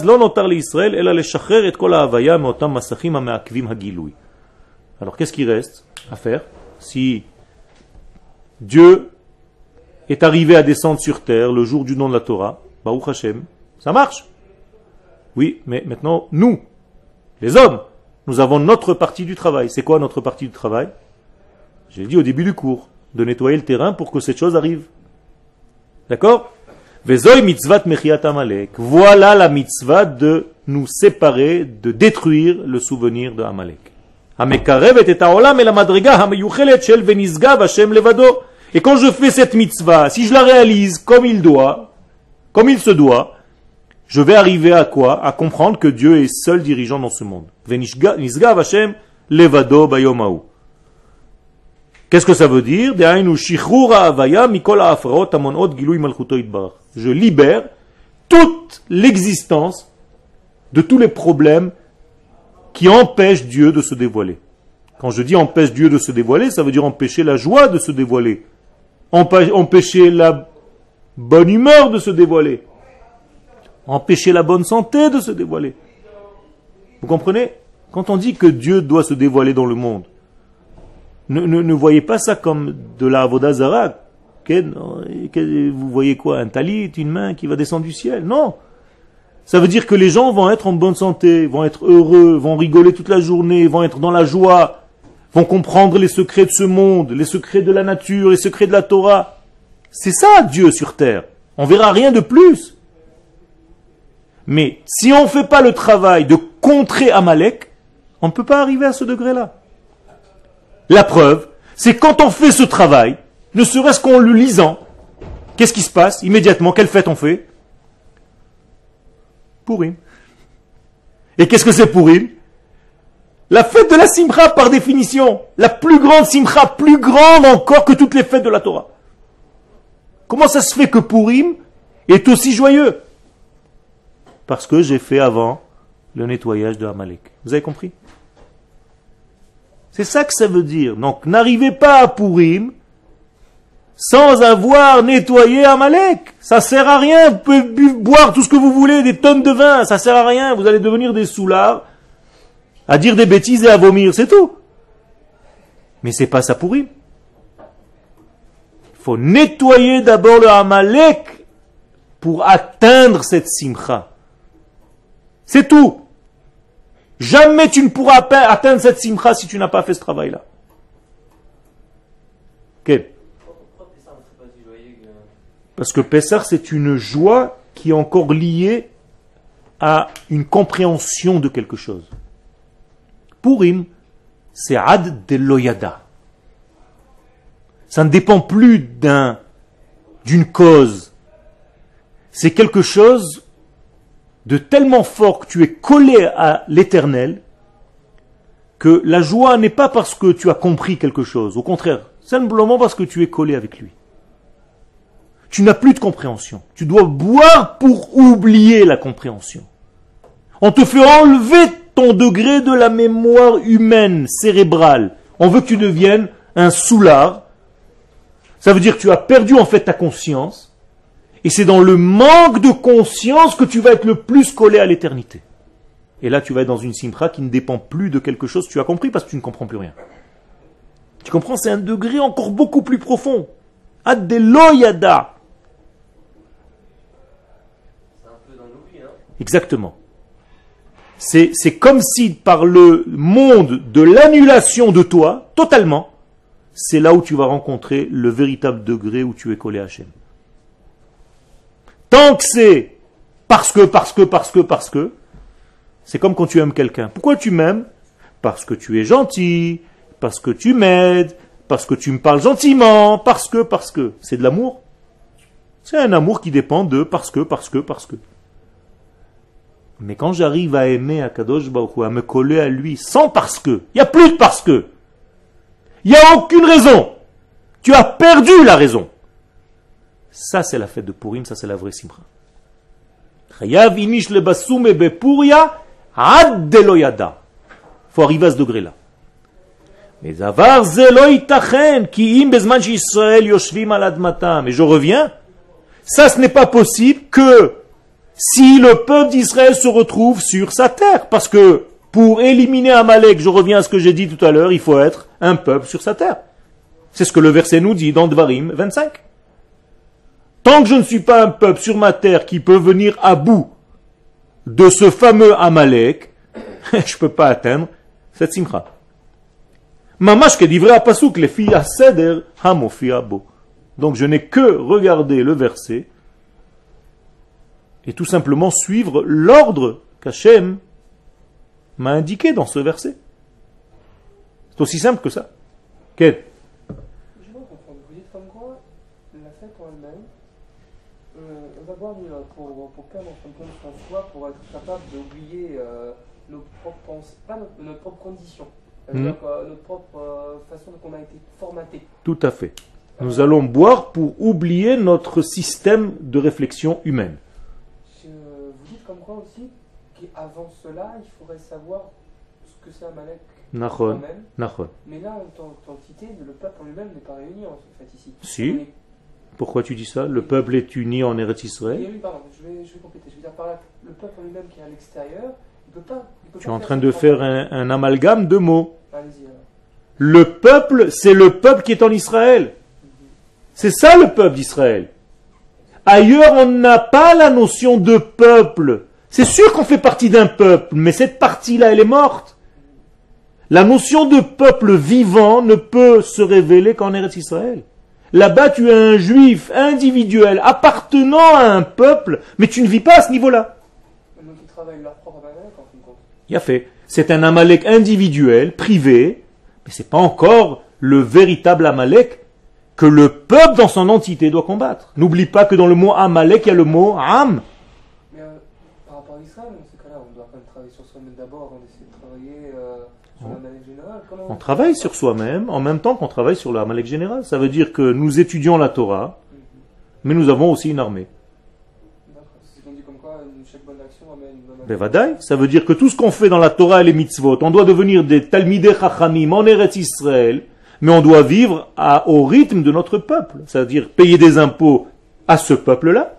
qu'est-ce qui reste à faire si Dieu est arrivé à descendre sur terre le jour du don de la Torah? Baruch Hashem, ça marche. Oui, mais maintenant, nous, les hommes, nous avons notre partie du travail. C'est quoi notre partie du travail? J'ai dit au début du cours, de nettoyer le terrain pour que cette chose arrive. D'accord? Vezoy mitzvat mechiat Amalek. Voilà la mitzvah de nous séparer, de détruire le souvenir de Amalek. Amekarevet et haolam et la madriga hameyuchelet shel venizgav Hashem levado. Et quand je fais cette mitzvah, si je la réalise comme il se doit, je vais arriver à quoi? À comprendre que Dieu est seul dirigeant dans ce monde. Venizgav Hashem levado bayomahu. Qu'est-ce que ça veut dire? Je libère toute l'existence de tous les problèmes qui empêchent Dieu de se dévoiler. Quand je dis empêche Dieu de se dévoiler, ça veut dire empêcher la joie de se dévoiler, empêcher la bonne humeur de se dévoiler, empêcher la bonne santé de se dévoiler. Vous comprenez? Quand on dit que Dieu doit se dévoiler dans le monde, ne voyez pas ça comme de la avoda zara. Vous voyez quoi? Un talit, une main qui va descendre du ciel? Non. Ça veut dire que les gens vont être en bonne santé, vont être heureux, vont rigoler toute la journée, vont être dans la joie, vont comprendre les secrets de ce monde, les secrets de la nature, les secrets de la Torah. C'est ça Dieu sur terre. On verra rien de plus. Mais si on ne fait pas le travail de contrer Amalek, on ne peut pas arriver à ce degré-là. La preuve, c'est quand on fait ce travail, ne serait-ce qu'en le lisant, qu'est-ce qui se passe immédiatement? Quelle fête on fait? Pourim. Et qu'est-ce que c'est Purim? La fête de la Simcha par définition. La plus grande Simcha, plus grande encore que toutes les fêtes de la Torah. Comment ça se fait que Purim est aussi joyeux? Parce que j'ai fait avant le nettoyage de Amalek. Vous avez compris? C'est ça que ça veut dire. Donc n'arrivez pas à Purim sans avoir nettoyé Amalek. Ça sert à rien. Vous pouvez boire tout ce que vous voulez, des tonnes de vin. Ça sert à rien. Vous allez devenir des soulards, à dire des bêtises et à vomir. C'est tout. Mais c'est pas ça Purim. Il faut nettoyer d'abord le Amalek pour atteindre cette simcha. C'est tout. Jamais tu ne pourras atteindre cette simcha si tu n'as pas fait ce travail-là. Okay. Pourquoi Pessah ne serait pas si joyeux que... Parce que Pessah, c'est une joie qui est encore liée à une compréhension de quelque chose. Purim, c'est Ad de Loyada. Ça ne dépend plus d'une cause. C'est quelque chose de tellement fort que tu es collé à l'éternel que la joie n'est pas parce que tu as compris quelque chose. Au contraire, simplement parce que tu es collé avec lui. Tu n'as plus de compréhension. Tu dois boire pour oublier la compréhension. On te fait enlever ton degré de la mémoire humaine, cérébrale. On veut que tu deviennes un soulard. Ça veut dire que tu as perdu en fait ta conscience. Et c'est dans le manque de conscience que tu vas être le plus collé à l'éternité. Et là, tu vas être dans une simcha qui ne dépend plus de quelque chose. Tu as compris parce que tu ne comprends plus rien. Tu comprends? C'est un degré encore beaucoup plus profond. Ad de loyada. C'est un peu dans l'oubli, hein. Exactement. C'est comme si par le monde de l'annulation de toi, totalement, c'est là où tu vas rencontrer le véritable degré où tu es collé à Hachem. Tant que c'est parce que, c'est comme quand tu aimes quelqu'un. Pourquoi tu m'aimes? Parce que tu es gentil, parce que tu m'aides, parce que tu me parles gentiment, parce que. C'est de l'amour. C'est un amour qui dépend de parce que. Mais quand j'arrive à aimer Akadosh Baruch Hu, à me coller à lui sans parce que, il n'y a plus de parce que. Il n'y a aucune raison. Tu as perdu la raison. Ça, c'est la fête de Purim, ça, c'est la vraie simcha. Chayav inish lebasume bepuria ad deloyada. Il faut arriver à ce degré-là. Mais zavar zelo itachen ki im bezman she'Israël yoshvim al admatam. Et je reviens. Ça, ce n'est pas possible que si le peuple d'Israël se retrouve sur sa terre. Parce que pour éliminer Amalek, je reviens à ce que j'ai dit tout à l'heure, il faut être un peuple sur sa terre. C'est ce que le verset nous dit dans Dvarim 25. Tant que je ne suis pas un peuple sur ma terre qui peut venir à bout de ce fameux Amalek, je ne peux pas atteindre cette simcha. Mamash kedivre apasuk le fi aseder hamofi abo. Donc je n'ai que regarder le verset et tout simplement suivre l'ordre qu'Hachem m'a indiqué dans ce verset. C'est aussi simple que ça. Quel? Je vois comprendre. Vous dites comme quoi la fête en elle-même, on va boire du vin pour perdre en fin de compte son soi, pour être capable d'oublier nos propres pensées, pas notre propre condition, c'est-à-dire notre propre façon dont on a été formaté. Tout à fait. Nous allons boire pour oublier notre système de réflexion humaine. Vous dites comme quoi aussi qu'avant cela, il faudrait savoir ce que c'est Amalek. Nachon. Nachon. Mais là, en tant qu'entité, le peuple en lui-même n'est pas réuni en fait ici. Si. Pourquoi tu dis ça? Le peuple est uni en Eretz Israël. Oui, pardon, je vais compléter. Je veux dire par là, le peuple en lui-même qui est à l'extérieur, il peut pas. Tu es en train de faire un amalgame de mots. Allez-y. Le peuple, c'est le peuple qui est en Israël. C'est ça le peuple d'Israël. Ailleurs, on n'a pas la notion de peuple. C'est sûr qu'on fait partie d'un peuple, mais cette partie-là, elle est morte. La notion de peuple vivant ne peut se révéler qu'en Eretz Israël. Là-bas, tu es un juif individuel appartenant à un peuple, mais tu ne vis pas à ce niveau-là. Donc ils travaillent leur propre Amalek en fin de compte. Il a fait. C'est un Amalek individuel, privé, mais c'est pas encore le véritable Amalek que le peuple dans son entité doit combattre. N'oublie pas que dans le mot Amalek, il y a le mot Am. Mais par rapport à Israël, dans ce cas-là, on doit quand même travailler sur soi-même d'abord avant d'essayer de travailler sur la Amalek générale? On travaille sur soi-même en même temps qu'on travaille sur la Amalek générale. Ça veut dire que nous étudions la Torah, mais nous avons aussi une armée. D'accord. C'est ce qu'on dit comme quoi chaque bonne action amène une bonne action. Bevadaï, ça veut dire que tout ce qu'on fait dans la Torah et les mitzvot, on doit devenir des Talmidei Chachamim en Eretz Israël, mais on doit vivre au rythme de notre peuple. C'est-à-dire payer des impôts à ce peuple-là,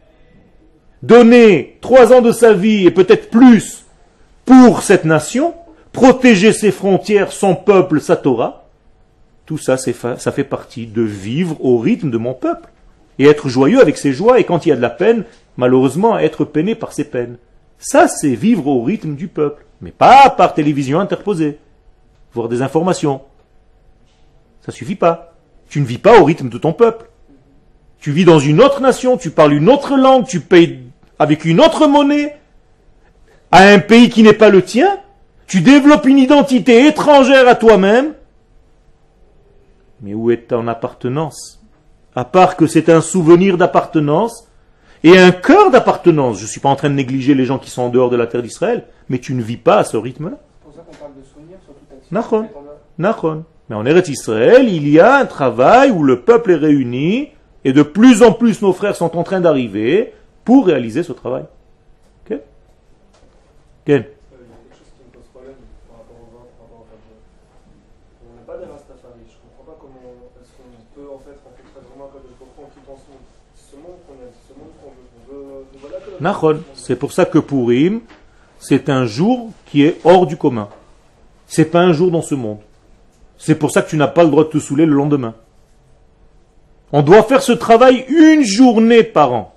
donner 3 ans de sa vie et peut-être plus pour cette nation, protéger ses frontières, son peuple, sa Torah. Tout ça, ça fait partie de vivre au rythme de mon peuple et être joyeux avec ses joies et quand il y a de la peine, malheureusement, être peiné par ses peines. Ça, c'est vivre au rythme du peuple, mais pas par télévision interposée, voir des informations. Ça suffit pas. Tu ne vis pas au rythme de ton peuple. Tu vis dans une autre nation, tu parles une autre langue, tu payes avec une autre monnaie à un pays qui n'est pas le tien. Tu développes une identité étrangère à toi-même. Mais où est ton appartenance? À part que c'est un souvenir d'appartenance et un cœur d'appartenance. Je ne suis pas en train de négliger les gens qui sont en dehors de la terre d'Israël, mais tu ne vis pas à ce rythme-là. C'est pour ça qu'on parle de souvenirs sur toute action. Nachon. Nachon. Mais en Eretz Israël, il y a un travail où le peuple est réuni et de plus en plus nos frères sont en train d'arriver pour réaliser ce travail. Ok? Il y a quelque chose qui me pose problème par rapport au vin, par rapport au Fajr. On n'est pas des Rastafari. Je ne comprends pas comment est-ce qu'on peut en fait rencontrer vraiment que je comprends qui dans ce monde qu'on a, ce monde qu'on veut. Voilà que Nachon. C'est pour ça que Purim, c'est un jour qui est hors du commun. C'est pas un jour dans ce monde. C'est pour ça que tu n'as pas le droit de te saouler le lendemain. On doit faire ce travail une journée par an.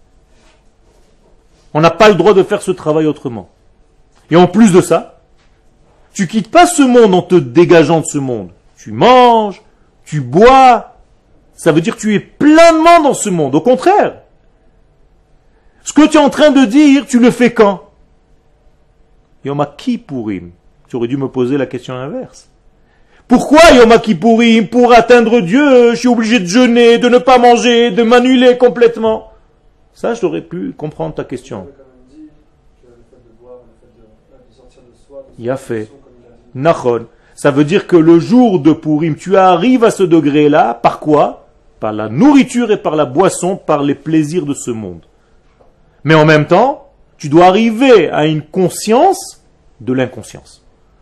On n'a pas le droit de faire ce travail autrement. Et en plus de ça, tu quittes pas ce monde en te dégageant de ce monde. Tu manges, tu bois. Ça veut dire que tu es pleinement dans ce monde. Au contraire. Ce que tu es en train de dire, tu le fais quand? Yom Kippourim. Tu aurais dû me poser la question inverse. Pourquoi Yom Kippourim? Pour atteindre Dieu, je suis obligé de jeûner, de ne pas manger, de m'annuler complètement. Ça, j'aurais pu comprendre ta question. On avait quand même dit que le fait de boire, le fait de sortir de soi, de Il a fait. comme il a dit. Nachon. Ça veut dire que le jour de Purim, tu arrives à ce degré-là, par quoi? Par la nourriture et par la boisson, par les plaisirs de ce monde. Mais en même temps, tu dois arriver à une conscience de l'inconscience.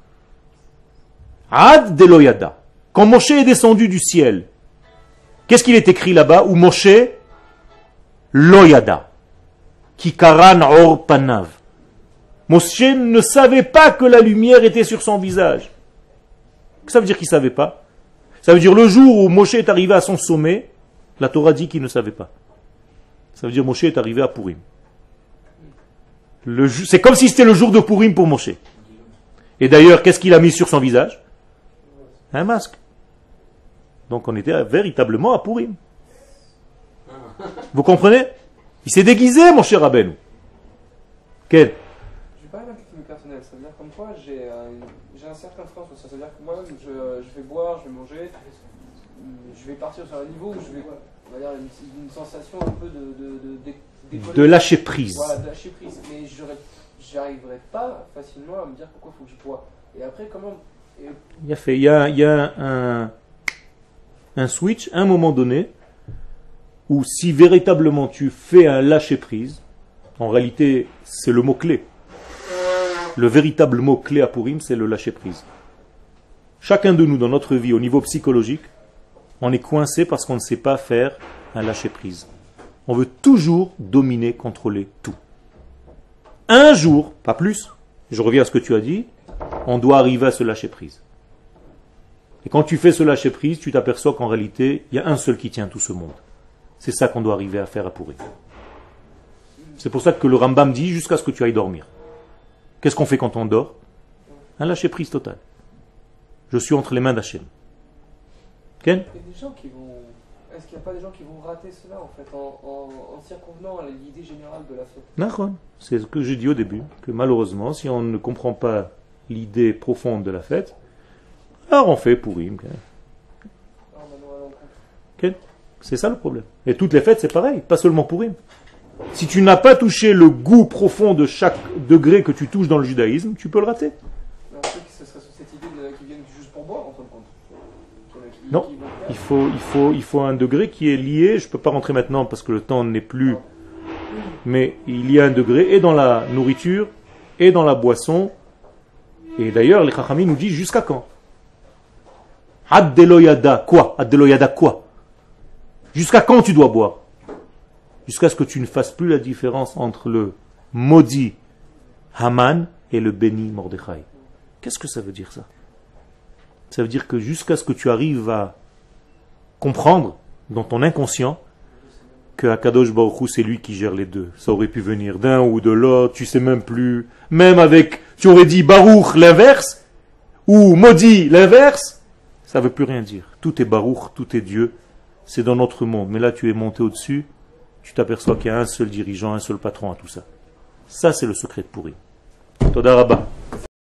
Ad de l'oyada. Quand Moshe est descendu du ciel, qu'est-ce qu'il est écrit là-bas? Où Moshe l'oyada. Kikaran or panav. Moshe ne savait pas que la lumière était sur son visage. Qu'est-ce que ça veut dire qu'il ne savait pas? Ça veut dire le jour où Moshe est arrivé à son sommet, la Torah dit qu'il ne savait pas. Ça veut dire Moshe est arrivé à Purim. C'est comme si c'était le jour de Purim pour Moshe. Et d'ailleurs, qu'est-ce qu'il a mis sur son visage? Un masque. Donc on était véritablement à Purim. Vous comprenez? Il s'est déguisé, mon cher Rabbeinu. Quel? Je vais parler d'un cas personnel. Ça veut dire comme quoi j'ai un certain frein sur ça. Ça veut dire que moi, je vais boire, je vais manger, je vais partir sur un niveau où je vais, on va dire, une sensation un peu de lâcher prise. Voilà, de lâcher prise. Mais j'arriverai pas facilement à me dire pourquoi il faut que je bois. Et après, comment... Il y a un switch, à un moment donné, où si véritablement tu fais un lâcher-prise, en réalité, c'est le mot-clé. Le véritable mot-clé à Purim, c'est le lâcher-prise. Chacun de nous, dans notre vie, au niveau psychologique, on est coincé parce qu'on ne sait pas faire un lâcher-prise. On veut toujours dominer, contrôler tout. Un jour, pas plus, je reviens à ce que tu as dit, on doit arriver à se lâcher prise. Et quand tu fais ce lâcher prise, tu t'aperçois qu'en réalité, il y a un seul qui tient tout ce monde. C'est ça qu'on doit arriver à faire à Purim. C'est pour ça que le Rambam dit jusqu'à ce que tu ailles dormir. Qu'est-ce qu'on fait quand on dort? Un lâcher prise total. Je suis entre les mains d'Hachem. Ken? Il y a des gens qui vont... Est-ce qu'il n'y a pas des gens qui vont rater cela en fait, en circonvenant à l'idée générale de la fête? Nachon. C'est ce que j'ai dit au début, que malheureusement, si on ne comprend pas l'idée profonde de la fête, alors on fait Purim. Okay. C'est ça le problème. Et toutes les fêtes, c'est pareil, pas seulement Purim. Si tu n'as pas touché le goût profond de chaque degré que tu touches dans le judaïsme, tu peux le rater. Un truc, ce serait cette idée qui viennent juste pour boire, en fin de compte. Non. Il faut un degré qui est lié, je ne peux pas rentrer maintenant parce que le temps n'est plus, mais il y a un degré et dans la nourriture et dans la boisson. Et d'ailleurs, les Chachamim nous disent jusqu'à quand? Ad deloyada, quoi? Ad deloyada, quoi? Jusqu'à quand tu dois boire? Jusqu'à ce que tu ne fasses plus la différence entre le maudit Haman et le béni Mordechai. Qu'est-ce que ça veut dire ça? Ça veut dire que jusqu'à ce que tu arrives à comprendre dans ton inconscient que Akadosh Baruch Hu, c'est lui qui gère les deux. Ça aurait pu venir d'un ou de l'autre, tu sais même plus. Même avec, tu aurais dit Baruch l'inverse, ou maudit l'inverse, ça ne veut plus rien dire. Tout est Baruch, tout est Dieu, c'est dans notre monde. Mais là, tu es monté au-dessus, tu t'aperçois qu'il y a un seul dirigeant, un seul patron à tout ça. Ça, c'est le secret de Purim. Toda Rabba.